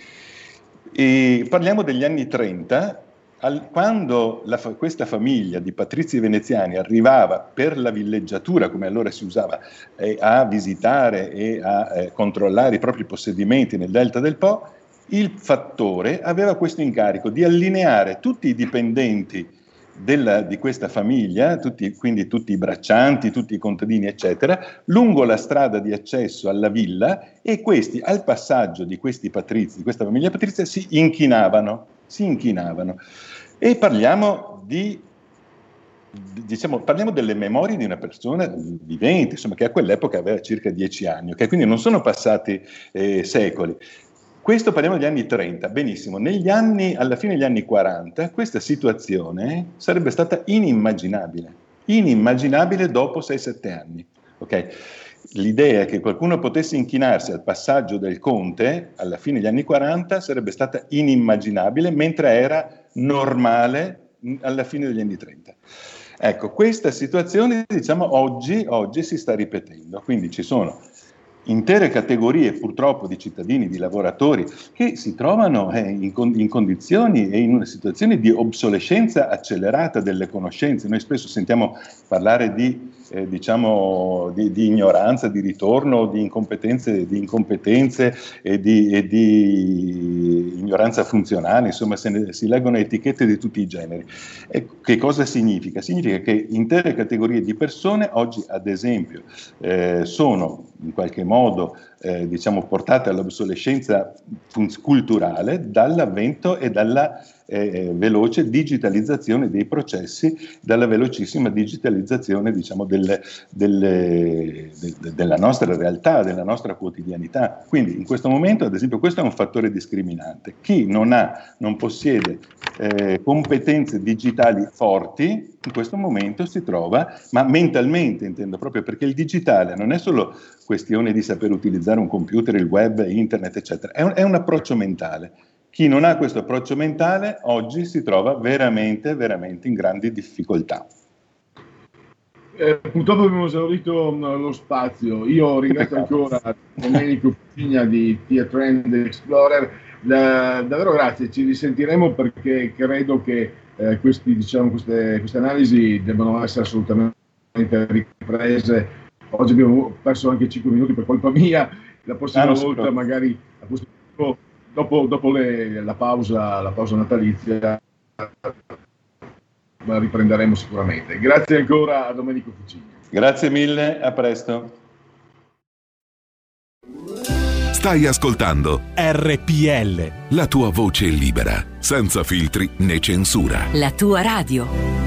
E parliamo degli anni trenta, al, quando la, questa famiglia di patrizi veneziani arrivava per la villeggiatura, come allora si usava, eh, a visitare e a eh, controllare i propri possedimenti nel delta del Po, il fattore aveva questo incarico di allineare tutti i dipendenti della, di questa famiglia, tutti, quindi tutti i braccianti, tutti i contadini eccetera, lungo la strada di accesso alla villa, e questi al passaggio di questi patrizi, di questa famiglia patrizia, si inchinavano, si inchinavano. E parliamo di, diciamo, parliamo delle memorie di una persona vivente, insomma, che a quell'epoca aveva circa dieci anni, okay? Quindi non sono passati eh, secoli. Questo parliamo degli anni trenta, benissimo. Negli anni, alla fine degli anni quaranta, questa situazione sarebbe stata inimmaginabile, inimmaginabile dopo sei sette anni. Okay? L'idea che qualcuno potesse inchinarsi al passaggio del conte alla fine degli anni quaranta sarebbe stata inimmaginabile, mentre era normale alla fine degli anni trenta. Ecco, questa situazione, diciamo, oggi, oggi si sta ripetendo, quindi ci sono intere categorie purtroppo di cittadini, di lavoratori che si trovano eh, in, con- in condizioni e in una situazione di obsolescenza accelerata delle conoscenze. Noi spesso sentiamo parlare di, eh, diciamo, di, di ignoranza, di ritorno, di incompetenze, di incompetenze e di, e di ignoranza funzionale, insomma se ne, si leggono etichette di tutti i generi. E che cosa significa? Significa che intere categorie di persone oggi, ad esempio, eh, sono in qualche modo eh, diciamo portate all'obsolescenza fun- culturale dall'avvento e dalla eh, veloce digitalizzazione dei processi, dalla velocissima digitalizzazione, diciamo, delle, delle, de- della nostra realtà, della nostra quotidianità. Quindi in questo momento, ad esempio, questo è un fattore discriminante. Chi non ha, non possiede eh, competenze digitali forti, in questo momento si trova, ma mentalmente intendo, proprio perché il digitale non è solo questione di saper utilizzare un computer, il web, internet, eccetera, è un, è un approccio mentale. Chi non ha questo approccio mentale oggi si trova veramente, veramente in grandi difficoltà. Eh, purtroppo abbiamo esaurito mh, lo spazio. Io ringrazio ancora Domenico Fucigna di Fiat Trend Explorer. Da, davvero grazie, ci risentiremo perché credo che eh, questi, diciamo, queste, queste analisi debbano essere assolutamente riprese. Oggi abbiamo perso anche cinque minuti per colpa mia. La prossima ah, volta, so. magari la prossima, dopo, dopo le, la, pausa, la pausa natalizia, la riprenderemo sicuramente. Grazie ancora a Domenico Fucigna. Grazie mille, a presto. Stai ascoltando R P L, la tua voce libera, senza filtri né censura. La tua radio.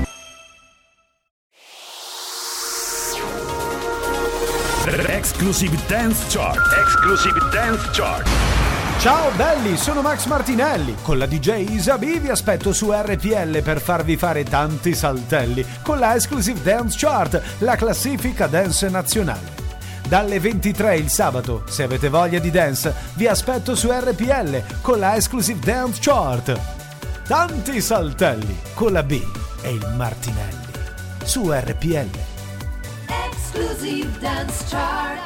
Exclusive Dance Chart. Exclusive Dance Chart. Ciao belli, sono Max Martinelli. Con la D J Isa B vi aspetto su R P L per farvi fare tanti saltelli con la Exclusive Dance Chart, la classifica dance nazionale. Dalle ventitré il sabato, se avete voglia di dance, vi aspetto su R P L con la Exclusive Dance Chart. Tanti saltelli con la B e il Martinelli su R P L. Exclusive Dance Chart.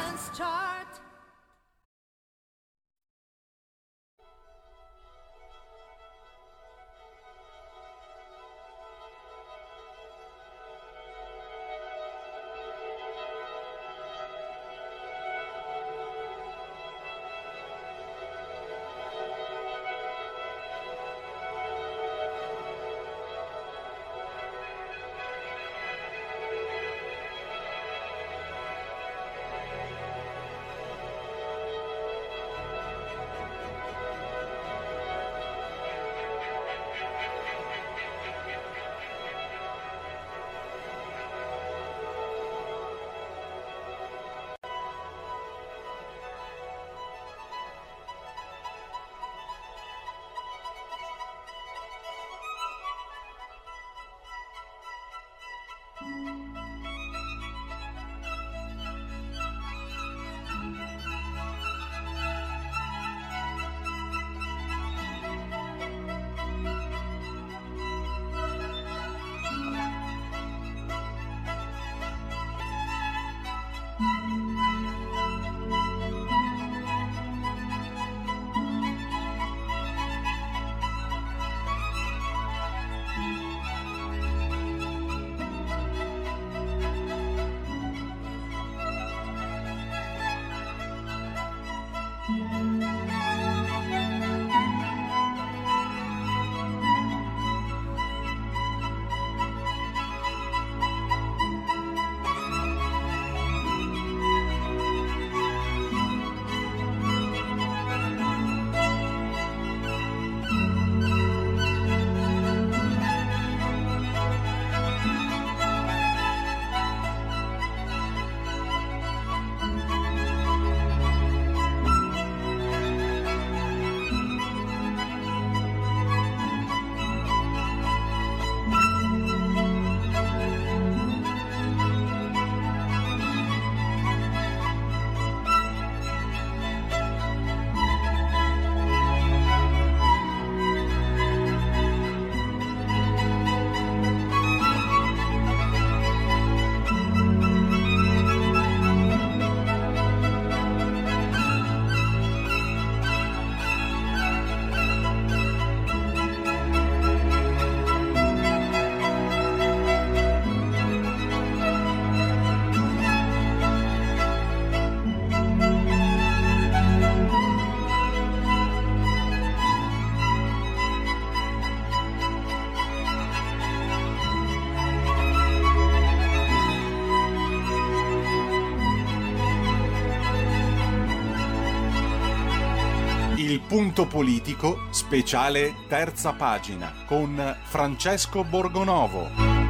Il punto politico, speciale terza pagina, con Francesco Borgonovo.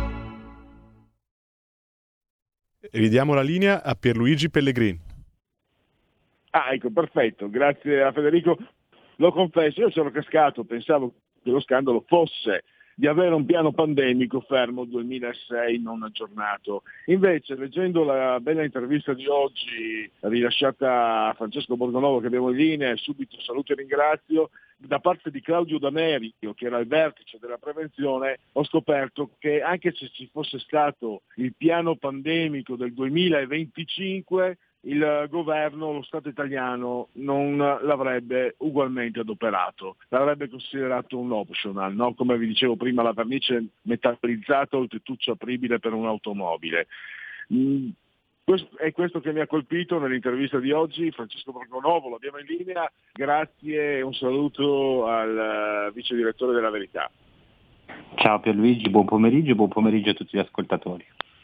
Ridiamo la linea a Pierluigi Pellegrin. Ah, ecco, perfetto, grazie a Federico. Lo confesso, io sono cascato, pensavo che lo scandalo fosse di avere un piano pandemico fermo duemilasei non aggiornato. Invece, leggendo la bella intervista di oggi rilasciata a Francesco Borgonovo che abbiamo in linea, subito saluto e ringrazio, da parte di Claudio D'Amerio, che era il vertice della prevenzione, ho scoperto che anche se ci fosse stato il piano pandemico del duemilaventicinque, il governo, lo Stato italiano, non l'avrebbe ugualmente adoperato, l'avrebbe considerato un optional, no? Come vi dicevo prima, la vernice metallizzata oltretutto apribile per un'automobile. Mm. Questo è questo che mi ha colpito nell'intervista di oggi. Francesco Borgonovo, lo abbiamo in linea, grazie e un saluto al vice direttore della Verità. Ciao Pierluigi, buon pomeriggio e buon pomeriggio a tutti gli ascoltatori.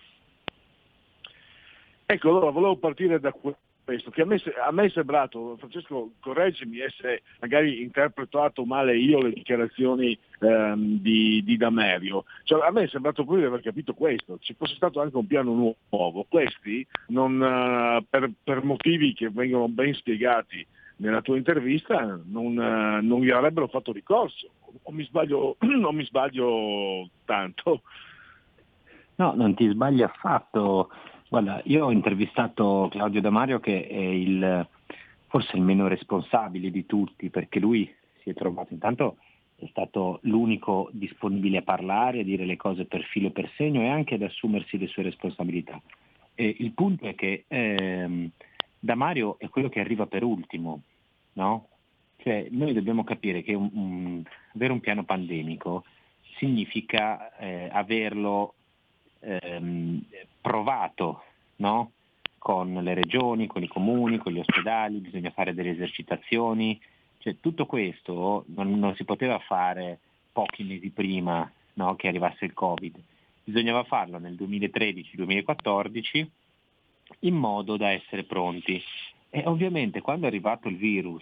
Ecco, allora volevo partire da questo, che a me, a me è sembrato, Francesco, correggimi se magari interpretato male io le dichiarazioni ehm, di, di D'Amerio, cioè, a me è sembrato pure di aver capito questo, ci fosse stato anche un piano nuovo, questi non, uh, per, per motivi che vengono ben spiegati nella tua intervista non, uh, non gli avrebbero fatto ricorso, o mi sbaglio, o mi sbaglio tanto? No, non ti sbagli affatto. Guarda, io ho intervistato Claudio D'Amerio, che è il forse il meno responsabile di tutti, perché lui si è trovato, intanto è stato l'unico disponibile a parlare, a dire le cose per filo e per segno e anche ad assumersi le sue responsabilità. E il punto è che ehm, D'Amerio è quello che arriva per ultimo, no? Cioè noi dobbiamo capire che un, un, avere un piano pandemico significa eh, averlo Ehm, provato, no? Con le regioni, con i comuni, con gli ospedali, bisogna fare delle esercitazioni, cioè tutto questo non, non si poteva fare pochi mesi prima, no? Che arrivasse il Covid, bisognava farlo nel duemilatredici duemilaquattordici in modo da essere pronti. E ovviamente quando è arrivato il virus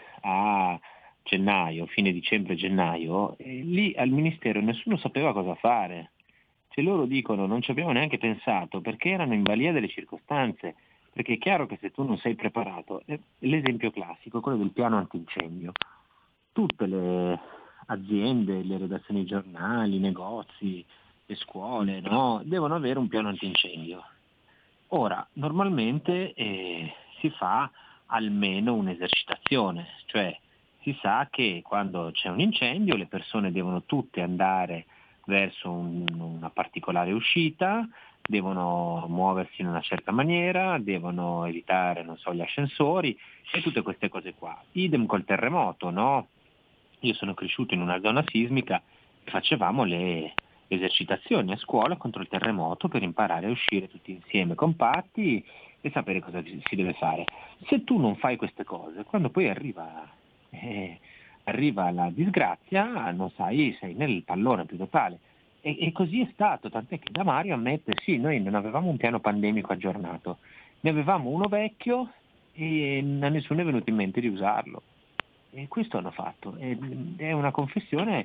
a gennaio, fine dicembre gennaio, eh, lì al Ministero nessuno sapeva cosa fare. Cioè loro dicono non ci abbiamo neanche pensato perché erano in balia delle circostanze, perché è chiaro che se tu non sei preparato, l'esempio classico è quello del piano antincendio. Tutte le aziende, le redazioni di giornali, i negozi, le scuole, no, devono avere un piano antincendio. Ora, normalmente eh, si fa almeno un'esercitazione, cioè si sa che quando c'è un incendio le persone devono tutte andare verso un, una particolare uscita, devono muoversi in una certa maniera, devono evitare, non so, gli ascensori e tutte queste cose qua. Idem col terremoto, no? Io sono cresciuto in una zona sismica e facevamo le esercitazioni a scuola contro il terremoto per imparare a uscire tutti insieme compatti e sapere cosa si deve fare. Se tu non fai queste cose, quando poi arriva... Eh, arriva la disgrazia, non sai, sei nel pallone più totale. E, e così è stato, tant'è che D'Amerio ammette, sì, noi non avevamo un piano pandemico aggiornato, ne avevamo uno vecchio e a nessuno è venuto in mente di usarlo. E questo hanno fatto. E, è una confessione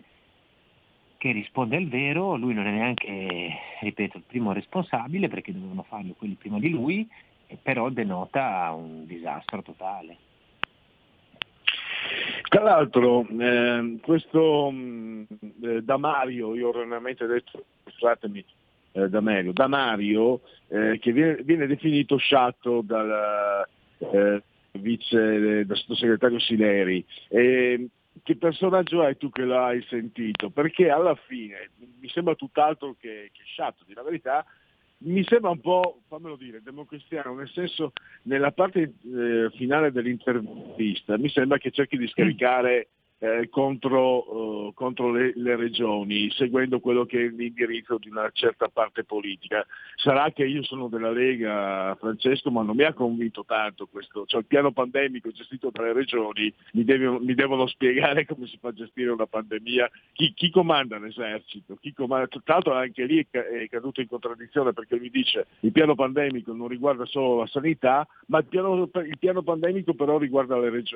che risponde al vero, lui non è neanche, ripeto, il primo responsabile, perché dovevano farlo quelli prima di lui, però denota un disastro totale. Tra l'altro, eh, questo eh, D'Amerio, io ho erroneamente detto, scusatemi, eh, D'Amerio, D'Amerio eh, che viene, viene definito sciatto dal eh, vice, dal sottosegretario Sileri. Eh, che personaggio hai tu che l'hai sentito? Perché alla fine mi sembra tutt'altro che, che sciatto, di la verità. Mi sembra un po', fammelo dire, democristiano, nel senso, nella parte eh, finale dell'intervista mi sembra che cerchi di scaricare eh, contro, uh, contro le, le regioni, seguendo quello che è l'indirizzo di una certa parte politica. Sarà che io sono della Lega, Francesco, ma non mi ha convinto tanto questo, cioè il piano pandemico gestito dalle regioni, mi, devono, mi devono spiegare come si fa a gestire una pandemia, chi, chi comanda l'esercito, chi comanda, tra l'altro anche lì è caduto in contraddizione perché mi dice il piano pandemico non riguarda solo la sanità, ma il piano, il piano pandemico però riguarda le regioni.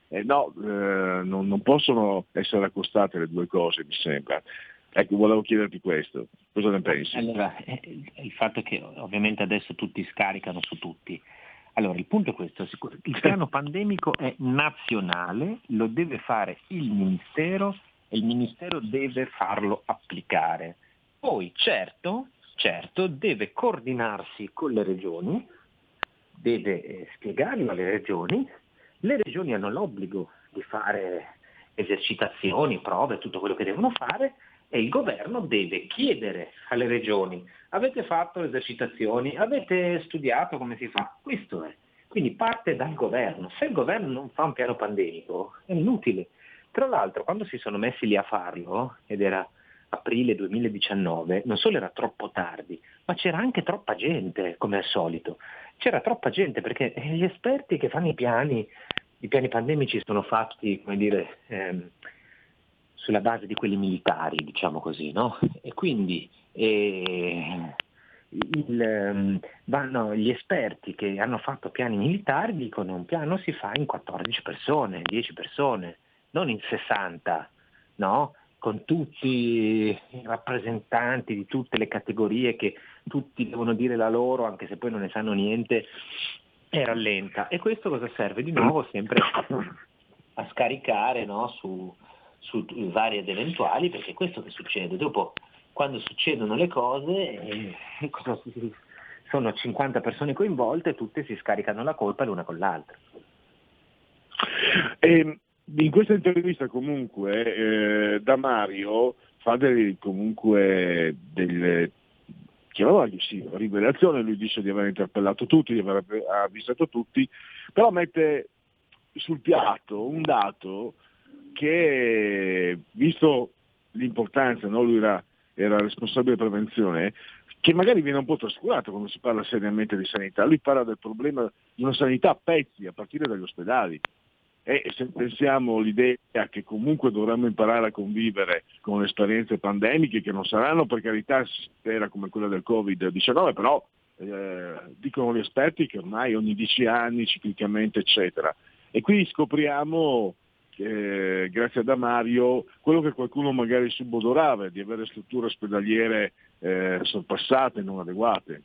Eh, no, eh, non, non possono essere accostate le due cose, mi sembra. Ecco, volevo chiederti questo, cosa ne pensi? Allora, eh, il fatto è che ovviamente adesso tutti scaricano su tutti. Allora, il punto è questo, il piano pandemico è nazionale, lo deve fare il Ministero e il Ministero deve farlo applicare. Poi, certo, certo, deve coordinarsi con le regioni, deve eh, spiegarlo alle regioni, le regioni hanno l'obbligo di fare esercitazioni, prove, tutto quello che devono fare, e il governo deve chiedere alle regioni: avete fatto le esercitazioni, avete studiato come si fa? Questo è. Quindi parte dal governo. Se il governo non fa un piano pandemico è inutile. Tra l'altro, quando si sono messi lì a farlo, ed era aprile duemiladiciannove, non solo era troppo tardi, ma c'era anche troppa gente, come al solito. C'era troppa gente perché gli esperti che fanno i piani, i piani pandemici sono fatti, come dire, ehm, sulla base di quelli militari, diciamo così, no? E quindi eh, il, ehm, vanno, gli esperti che hanno fatto piani militari dicono un piano si fa in quattordici persone, dieci persone, non in sessanta, no? Con tutti i rappresentanti di tutte le categorie che tutti devono dire la loro, anche se poi non ne sanno niente, e rallenta. E questo cosa serve? Di nuovo sempre a scaricare, no? su, su vari ed eventuali, perché è questo che succede. Dopo, quando succedono le cose, eh, cosa si, sono cinquanta persone coinvolte e tutte si scaricano la colpa l'una con l'altra. E in questa intervista comunque eh, Damario fa delle, comunque delle chiamiamola sì, rivelazioni, lui dice di aver interpellato tutti, di aver avvisato tutti, però mette sul piatto un dato che, visto l'importanza, no? Lui era, era responsabile prevenzione, che magari viene un po' trascurato quando si parla seriamente di sanità. Lui parla del problema di una sanità a pezzi, a partire dagli ospedali. E se pensiamo all'idea che comunque dovremmo imparare a convivere con le esperienze pandemiche, che non saranno per carità, si spera, come quella del covid diciannove, però eh, dicono gli esperti che ormai ogni dieci anni ciclicamente eccetera. E qui scopriamo, eh, grazie a Damario, quello che qualcuno magari subodorava, di avere strutture ospedaliere eh, sorpassate, non adeguate.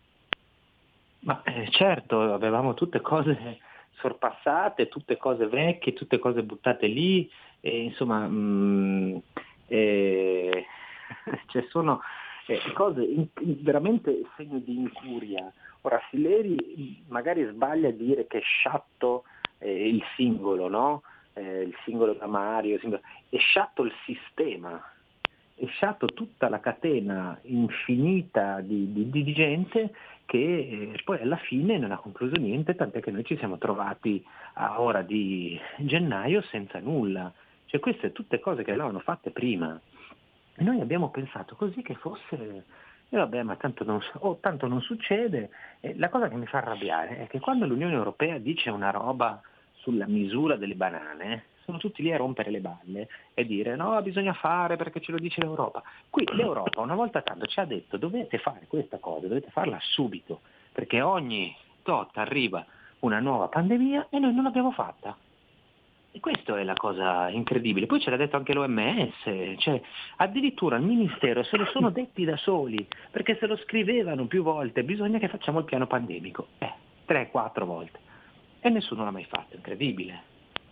Ma eh, certo, avevamo tutte cose sorpassate, tutte cose vecchie, tutte cose buttate lì, e insomma mh, eh, cioè sono eh, cose in, veramente segno di incuria. Ora Sileri magari sbaglia a dire che è sciatto eh, il singolo, no? Eh, il singolo Damario, il singolo, è sciatto il sistema, è sciatto tutta la catena infinita di, di, di gente che eh, poi alla fine non ha concluso niente, tant'è che noi ci siamo trovati a ora di gennaio senza nulla. Cioè queste tutte cose che avevano fatte prima. E noi abbiamo pensato così che fosse, e vabbè, ma tanto non, oh, tanto non succede. E la cosa che mi fa arrabbiare è che quando l'Unione Europea dice una roba sulla misura delle banane, sono tutti lì a rompere le balle e dire no, bisogna fare perché ce lo dice l'Europa. Qui l'Europa una volta tanto ci ha detto dovete fare questa cosa, dovete farla subito, perché ogni tot arriva una nuova pandemia e noi non l'abbiamo fatta. E questa è la cosa incredibile. Poi ce l'ha detto anche l'O M S, cioè addirittura il Ministero se lo sono detti da soli, perché se lo scrivevano più volte, bisogna che facciamo il piano pandemico. Eh, tre, quattro volte. E nessuno l'ha mai fatto, incredibile.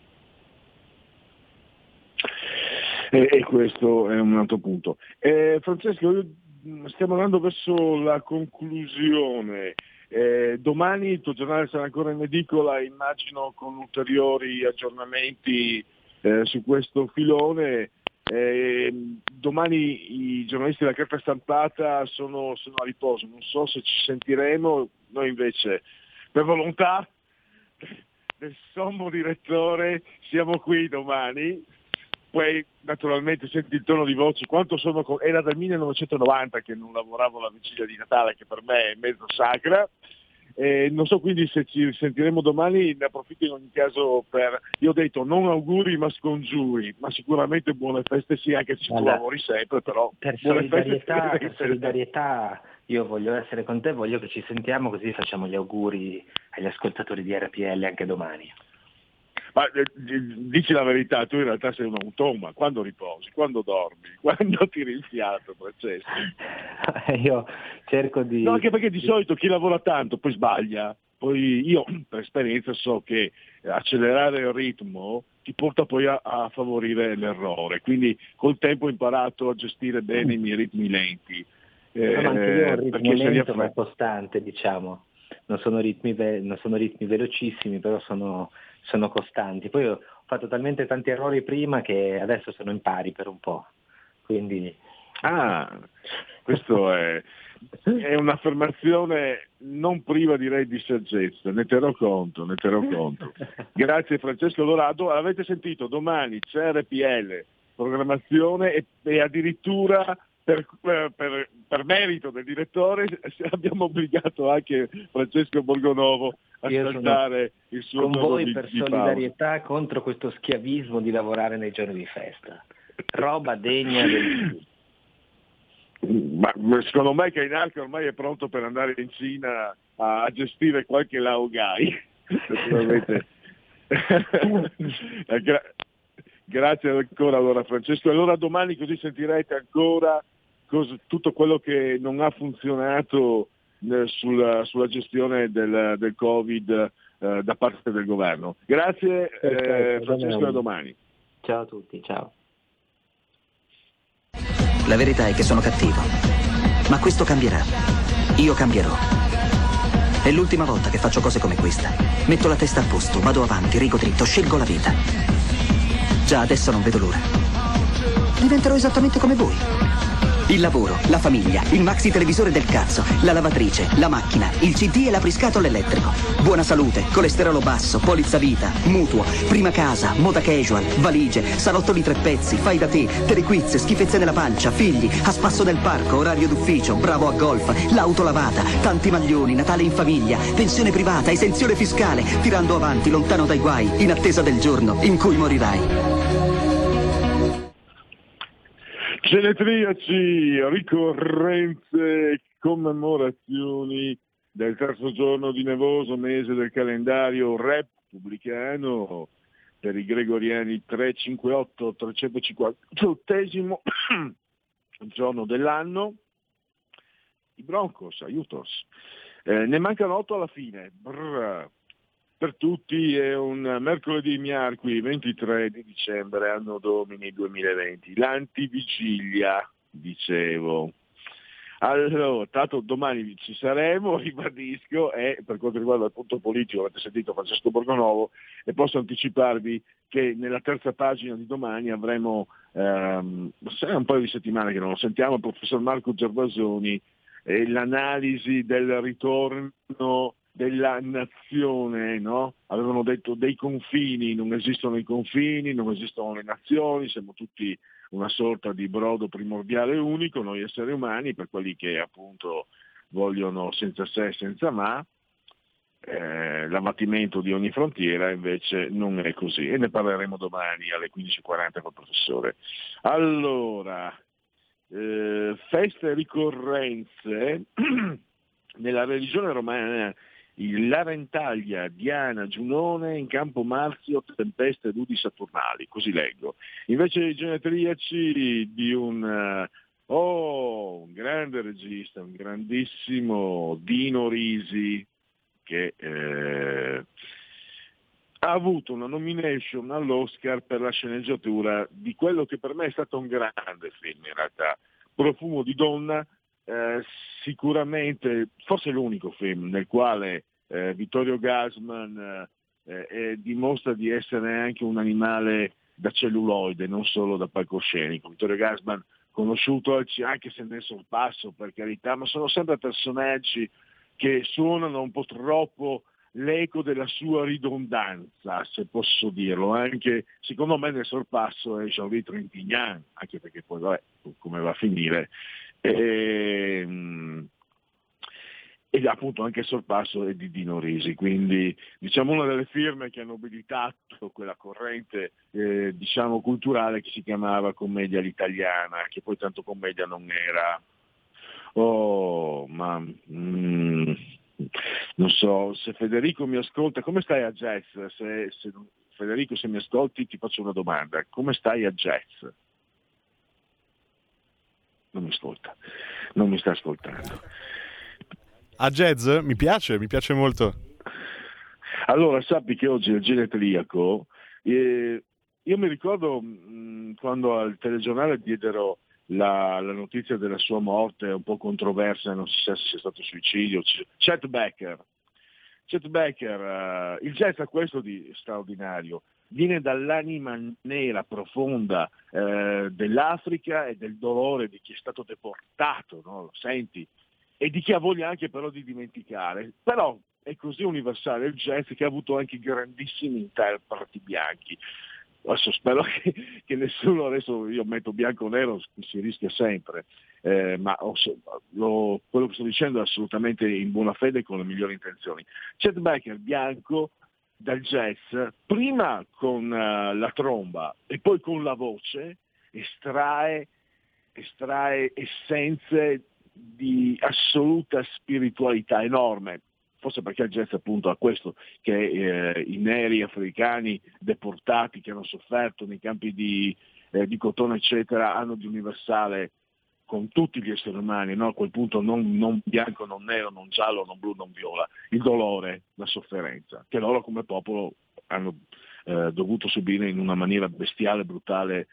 E, e questo è un altro punto. Eh, Francesco, stiamo andando verso la conclusione. Eh, domani il tuo giornale sarà ancora in edicola, immagino, con ulteriori aggiornamenti eh, su questo filone. Eh, domani i giornalisti della carta stampata sono, sono a riposo, non so se ci sentiremo, noi invece per volontà del sommo direttore siamo qui domani. Poi naturalmente senti il tono di voce, quanto sono, era dal millenovecentonovanta che non lavoravo alla vigilia di Natale, che per me è mezzo sacra, eh, non so quindi se ci sentiremo domani, ne approfitto in ogni caso per, io ho detto non auguri ma scongiuri, ma sicuramente buone feste sì, anche se ci Allora, lavori sempre, però per buone solidarietà, feste. per solidarietà io voglio essere con te, voglio che ci sentiamo così facciamo gli auguri agli ascoltatori di R P L anche domani. Ma eh, dici la verità, tu in realtà sei un automa, quando riposi, quando dormi, quando tiri il fiato, Francesco? Io cerco di... No, anche perché di solito chi lavora tanto poi sbaglia, poi io per esperienza so che accelerare il ritmo ti porta poi a, a favorire l'errore, quindi col tempo ho imparato a gestire bene i miei ritmi lenti. Eh, No, ma anche io ho un ritmo perché se lento ma riaffre- costante, diciamo. Non sono ritmi, ve- non sono ritmi velocissimi, però sono, sono costanti. Poi ho fatto talmente tanti errori prima che adesso sono in pari per un po'. Quindi... Ah, questo è, è un'affermazione non priva, direi, di saggezza, ne terrò conto, ne terrò conto. Grazie Francesco Dorado, avete sentito, domani c'è R P L, programmazione e, e addirittura per, per, per merito del direttore abbiamo obbligato anche Francesco Borgonovo a Io saltare il suo con giorno voi di, per di pausa. solidarietà contro questo schiavismo di lavorare nei giorni di festa. Roba degna del... Ma secondo me Kainarca ormai è pronto per andare in Cina a, a gestire qualche laogai. Naturalmente. Gra- grazie ancora allora Francesco. Allora domani così sentirete ancora cos- tutto quello che non ha funzionato eh, sulla, sulla gestione del, del Covid eh, da parte del governo. Grazie eh, Perfetto, Francesco, domani. a domani. Ciao a tutti, ciao. La verità è che sono cattivo, ma questo cambierà. Io cambierò. È l'ultima volta che faccio cose come questa. Metto la testa a posto, vado avanti, rigo dritto, scelgo la vita. Già adesso non vedo l'ora. Diventerò esattamente come voi. Il lavoro, la famiglia, il maxi televisore del cazzo, la lavatrice, la macchina, il C D e l'apriscatole elettrico. Buona salute, colesterolo basso, polizza vita, mutuo, prima casa, moda casual, valigie, salotto di tre pezzi, fai da te, telequiz, schifezze nella pancia, figli, a spasso nel parco, orario d'ufficio, bravo a golf, l'auto lavata, tanti maglioni, Natale in famiglia, pensione privata, esenzione fiscale, tirando avanti, lontano dai guai, in attesa del giorno in cui morirai. Genetriaci, ricorrenze, commemorazioni del terzo giorno di nevoso mese del calendario repubblicano per i gregoriani trecentocinquantotto trecentocinquantottesimo giorno dell'anno. I Broncos, aiutos. Eh, ne mancano otto alla fine. Brr. Per tutti è un mercoledì miarqui ventitré di dicembre, anno domini duemilaventi, l'antivigilia, dicevo. Allora, tanto domani ci saremo, ribadisco, e per quanto riguarda il punto politico avete sentito Francesco Borgonovo e posso anticiparvi che nella terza pagina di domani avremo, ehm, è un paio di settimane che non lo sentiamo, il professor Marco Gervasoni e l'analisi del ritorno della nazione, no? Avevano detto dei confini, non esistono i confini, non esistono le nazioni, siamo tutti una sorta di brodo primordiale unico, noi esseri umani, per quelli che appunto vogliono senza se, senza ma, eh, l'abbattimento di ogni frontiera invece non è così, e ne parleremo domani alle quindici e quaranta col professore. Allora, eh, feste e ricorrenze nella religione romana. Il Larentaglia, Diana, Giunone, in campo Marzio, tempeste, nudi saturnali, così leggo. Invece i genetriaci di un, uh, oh, un grande regista, un grandissimo Dino Risi, che eh, ha avuto una nomination all'Oscar per la sceneggiatura di quello che per me è stato un grande film in realtà, Profumo di donna. Eh, sicuramente, forse è l'unico film nel quale eh, Vittorio Gassman eh, eh, dimostra di essere anche un animale da celluloide, non solo da palcoscenico. Vittorio Gassman, conosciuto anche se nel sorpasso, per carità, ma sono sempre personaggi che suonano un po' troppo l'eco della sua ridondanza, se posso dirlo. Anche secondo me nel sorpasso è Jean-Louis Trintignant, anche perché poi vabbè, come va a finire. E, e appunto anche il sorpasso è di Dino Risi, quindi diciamo una delle firme che hanno nobilitato quella corrente eh, diciamo culturale che si chiamava commedia all'italiana, che poi tanto commedia non era. Oh, ma mm, non so se Federico mi ascolta, come stai a jazz? Se, se, Federico, se mi ascolti ti faccio una domanda, come stai a jazz? Non mi ascolta, non mi sta ascoltando. A jazz? Mi piace, mi piace molto. Allora, sappi che oggi è il genetriaco, eh, io mi ricordo mh, quando al telegiornale diedero la, la notizia della sua morte, un po' controversa, non si sa se sia stato suicidio, Chet Baker. Chet Baker, uh, il jazz ha questo di straordinario, viene dall'anima nera profonda eh, dell'Africa e del dolore di chi è stato deportato, no? Lo senti? E di chi ha voglia anche però di dimenticare, però è così universale il jazz che ha avuto anche grandissimi interpreti bianchi. Adesso spero che, che nessuno, adesso io metto bianco o nero, si rischia sempre, eh, ma ho, lo, quello che sto dicendo è assolutamente in buona fede e con le migliori intenzioni. Chet Baker bianco dal jazz, prima con uh, la tromba e poi con la voce, estrae, estrae essenze di assoluta spiritualità enorme, forse perché il jazz appunto ha questo, che eh, i neri africani deportati che hanno sofferto nei campi di, eh, di cotone eccetera hanno di universale con tutti gli esseri umani, no? A quel punto non, non bianco, non nero, non giallo, non blu, non viola, il dolore, la sofferenza, che loro come popolo hanno eh, dovuto subire in una maniera bestiale, brutale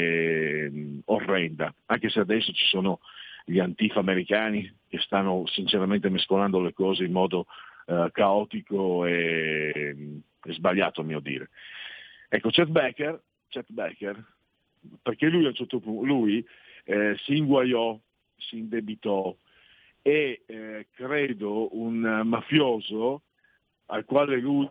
e orrenda, anche se adesso ci sono gli antifa americani che stanno sinceramente mescolando le cose in modo eh, caotico e, e sbagliato a mio dire. Ecco, Chet Baker, Chet Baker perché lui a un certo punto lui, eh, si inguaiò, si indebitò e eh, credo un mafioso al quale lui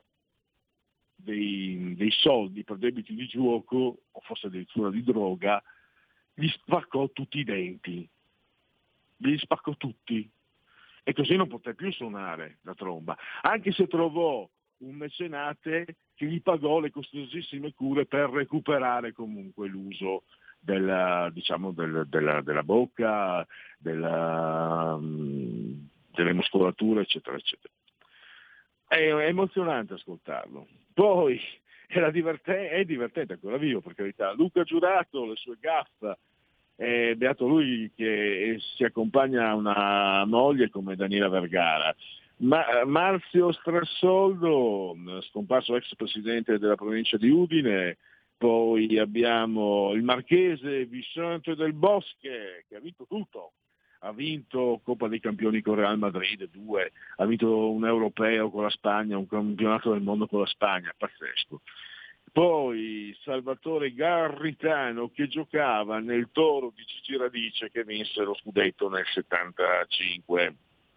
dei, dei soldi per debiti di gioco o forse addirittura di droga gli spaccò tutti i denti. Li spaccò tutti e così non poté più suonare la tromba, anche se trovò un mecenate che gli pagò le costosissime cure per recuperare comunque l'uso della, diciamo, del, della, della bocca, della, um, delle muscolature eccetera eccetera. È, è emozionante ascoltarlo. Poi era divertente, è divertente ancora vivo per carità, Luca Giurato, le sue gaffe. È beato lui che si accompagna a una moglie come Daniela Vergara. Ma Marzio Strassoldo, scomparso ex presidente della provincia di Udine, poi abbiamo il marchese Vicente del Bosque che ha vinto tutto, ha vinto Coppa dei Campioni con Real Madrid, due, ha vinto un europeo con la Spagna, un campionato del mondo con la Spagna, pazzesco. Poi Salvatore Garritano che giocava nel Toro di Gigi Radice che vinse lo scudetto nel settantacinque.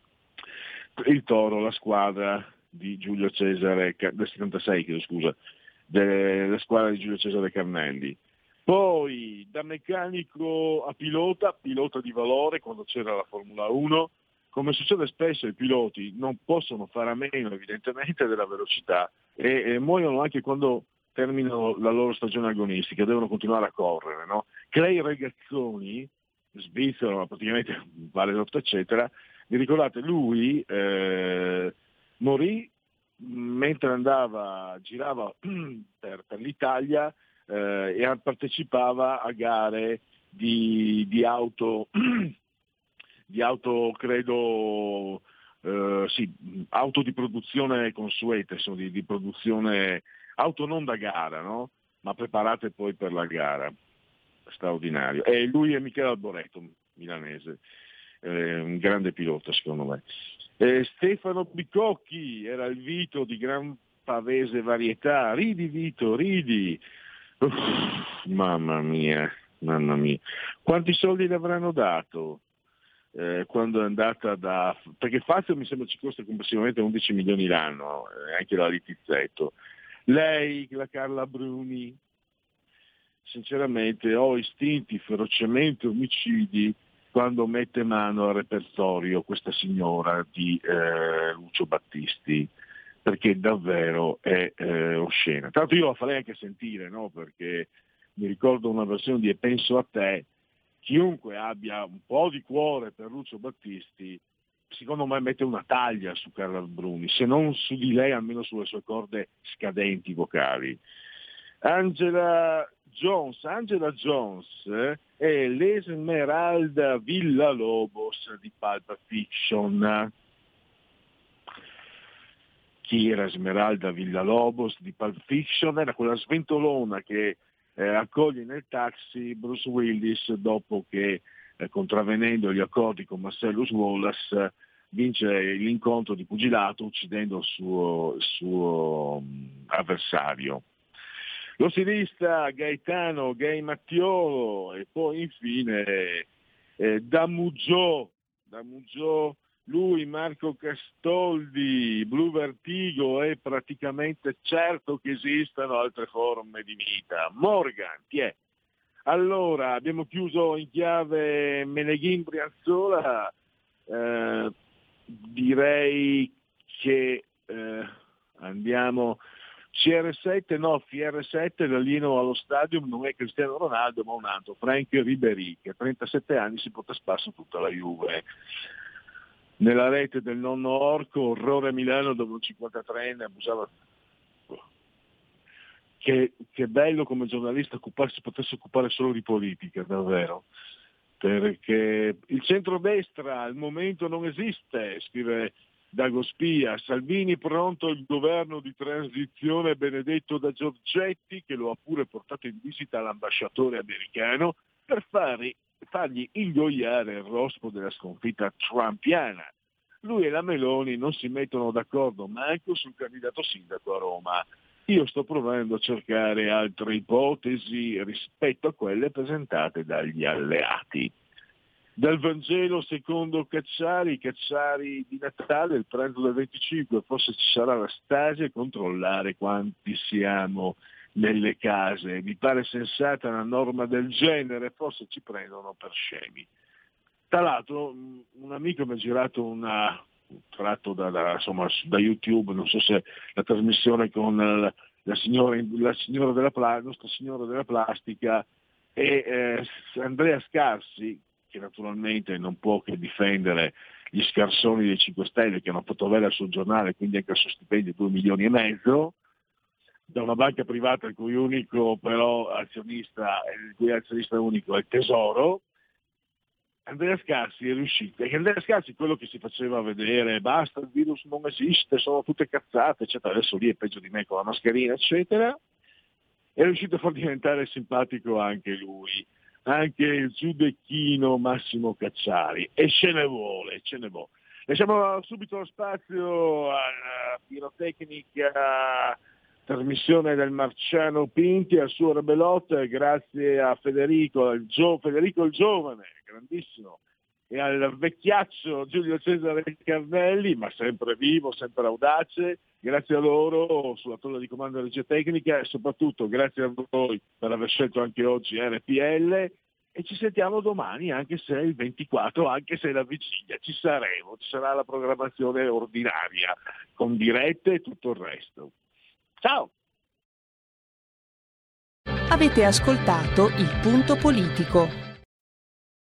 Il Toro, la squadra di Giulio Cesare, del settantasei, chiedo scusa, della squadra di Giulio Cesare Carnelli. Poi da meccanico a pilota, pilota di valore quando c'era la Formula uno, come succede spesso i piloti non possono fare a meno evidentemente della velocità e, e muoiono anche quando terminano la loro stagione agonistica, devono continuare a correre, no? Clay Regazzoni, svizzero, ma praticamente vale l'otto eccetera, vi ricordate, lui eh, morì mentre andava, girava per, per l'Italia eh, e partecipava a gare di, di auto, di auto credo, eh, sì, auto di produzione consueta, insomma, di, di produzione, auto non da gara, no? Ma preparate poi per la gara. Straordinario. E lui è Michele Alboreto, milanese, eh, un grande pilota secondo me. Eh, Stefano Bicocchi era il Vito di Gran Pavese Varietà. Ridi Vito, ridi. Uff, mamma mia, mamma mia. Quanti soldi le avranno dato? Eh, quando è andata da... Perché Fazio mi sembra ci costa complessivamente undici milioni l'anno, eh, anche la Litizzetto. Lei, la Carla Bruni, sinceramente ho istinti ferocemente omicidi quando mette mano al repertorio questa signora di eh, Lucio Battisti, perché davvero è eh, oscena. Tra l'altro io la farei anche sentire, no? Perché mi ricordo una versione di E penso a te, chiunque abbia un po' di cuore per Lucio Battisti secondo me mette una taglia su Carla Bruni, se non su di lei almeno sulle sue corde scadenti vocali. Angela Jones, Angela Jones eh, è l'Esmeralda Villalobos di Pulp Fiction. Chi era Esmeralda Villalobos di Pulp Fiction? Era quella sventolona che eh, accoglie nel taxi Bruce Willis dopo che, eh, contravvenendo gli accordi con Marcellus Wallace, vince l'incontro di pugilato uccidendo il suo, il suo um, avversario. Lo stilista Gaetano Gay Mattiolo e poi infine eh, Damugio, Damugio, lui Marco Castoldi, Blue Vertigo, è praticamente certo che esistano altre forme di vita. Morgan, chi è? Allora, abbiamo chiuso in chiave Meneghin Brianzola, eh, direi che eh, andiamo... C R sette, no, F R sette, l'alieno allo stadium non è Cristiano Ronaldo ma un altro, Frank Ribéry, che a trentasette anni si porta a spasso tutta la Juve. Nella rete del nonno Orco, orrore a Milano dove un cinquantatreenne abusava. Che, che bello come giornalista occuparsi, potesse occupare solo di politica, davvero. Perché il centrodestra al momento non esiste, scrive Dago Spia. Salvini pronto il governo di transizione benedetto da Giorgetti, che lo ha pure portato in visita all'ambasciatore americano per fargli, fargli ingoiare il rospo della sconfitta trumpiana. Lui e la Meloni non si mettono d'accordo manco sul candidato sindaco a Roma. Io sto provando a cercare altre ipotesi rispetto a quelle presentate dagli alleati. Dal Vangelo secondo Cacciari, Cacciari di Natale, il pranzo del venticinque, forse ci sarà la stasi e controllare quanti siamo nelle case. Mi pare sensata una norma del genere, forse ci prendono per scemi. Tra l'altro un amico mi ha girato una, un tratto da, da, insomma, da YouTube, non so se la trasmissione con la, la, signora, la signora della la nostra signora della plastica e eh, Andrea Scarsi, che naturalmente non può che difendere gli scarsoni dei cinque Stelle che hanno fatto avere al suo giornale, quindi anche il suo stipendio due milioni e mezzo, da una banca privata il cui unico però azionista, il cui azionista unico è il Tesoro. Andrea Scarsi è riuscito, e Andrea Scarsi è quello che si faceva vedere, basta, il virus non esiste, sono tutte cazzate, eccetera, adesso lì è peggio di me con la mascherina, eccetera, è riuscito a far diventare simpatico anche lui. Anche il giudecchino Massimo Cacciari, e ce ne vuole, ce ne vuole. Lasciamo subito lo spazio alla pirotecnica trasmissione del Marciano Pinti, al suo Rebelot, grazie a Federico, il, Gio, Federico il Giovane, grandissimo, e al vecchiaccio Giulio Cesare Carnelli, ma sempre vivo, sempre audace. Grazie a loro sulla tolla di comando della regia tecnica e soprattutto grazie a voi per aver scelto anche oggi R P L, e ci sentiamo domani, anche se è il ventiquattro, anche se è la vigilia, ci saremo, ci sarà la programmazione ordinaria con dirette e tutto il resto. Ciao! Avete ascoltato Il Punto Politico.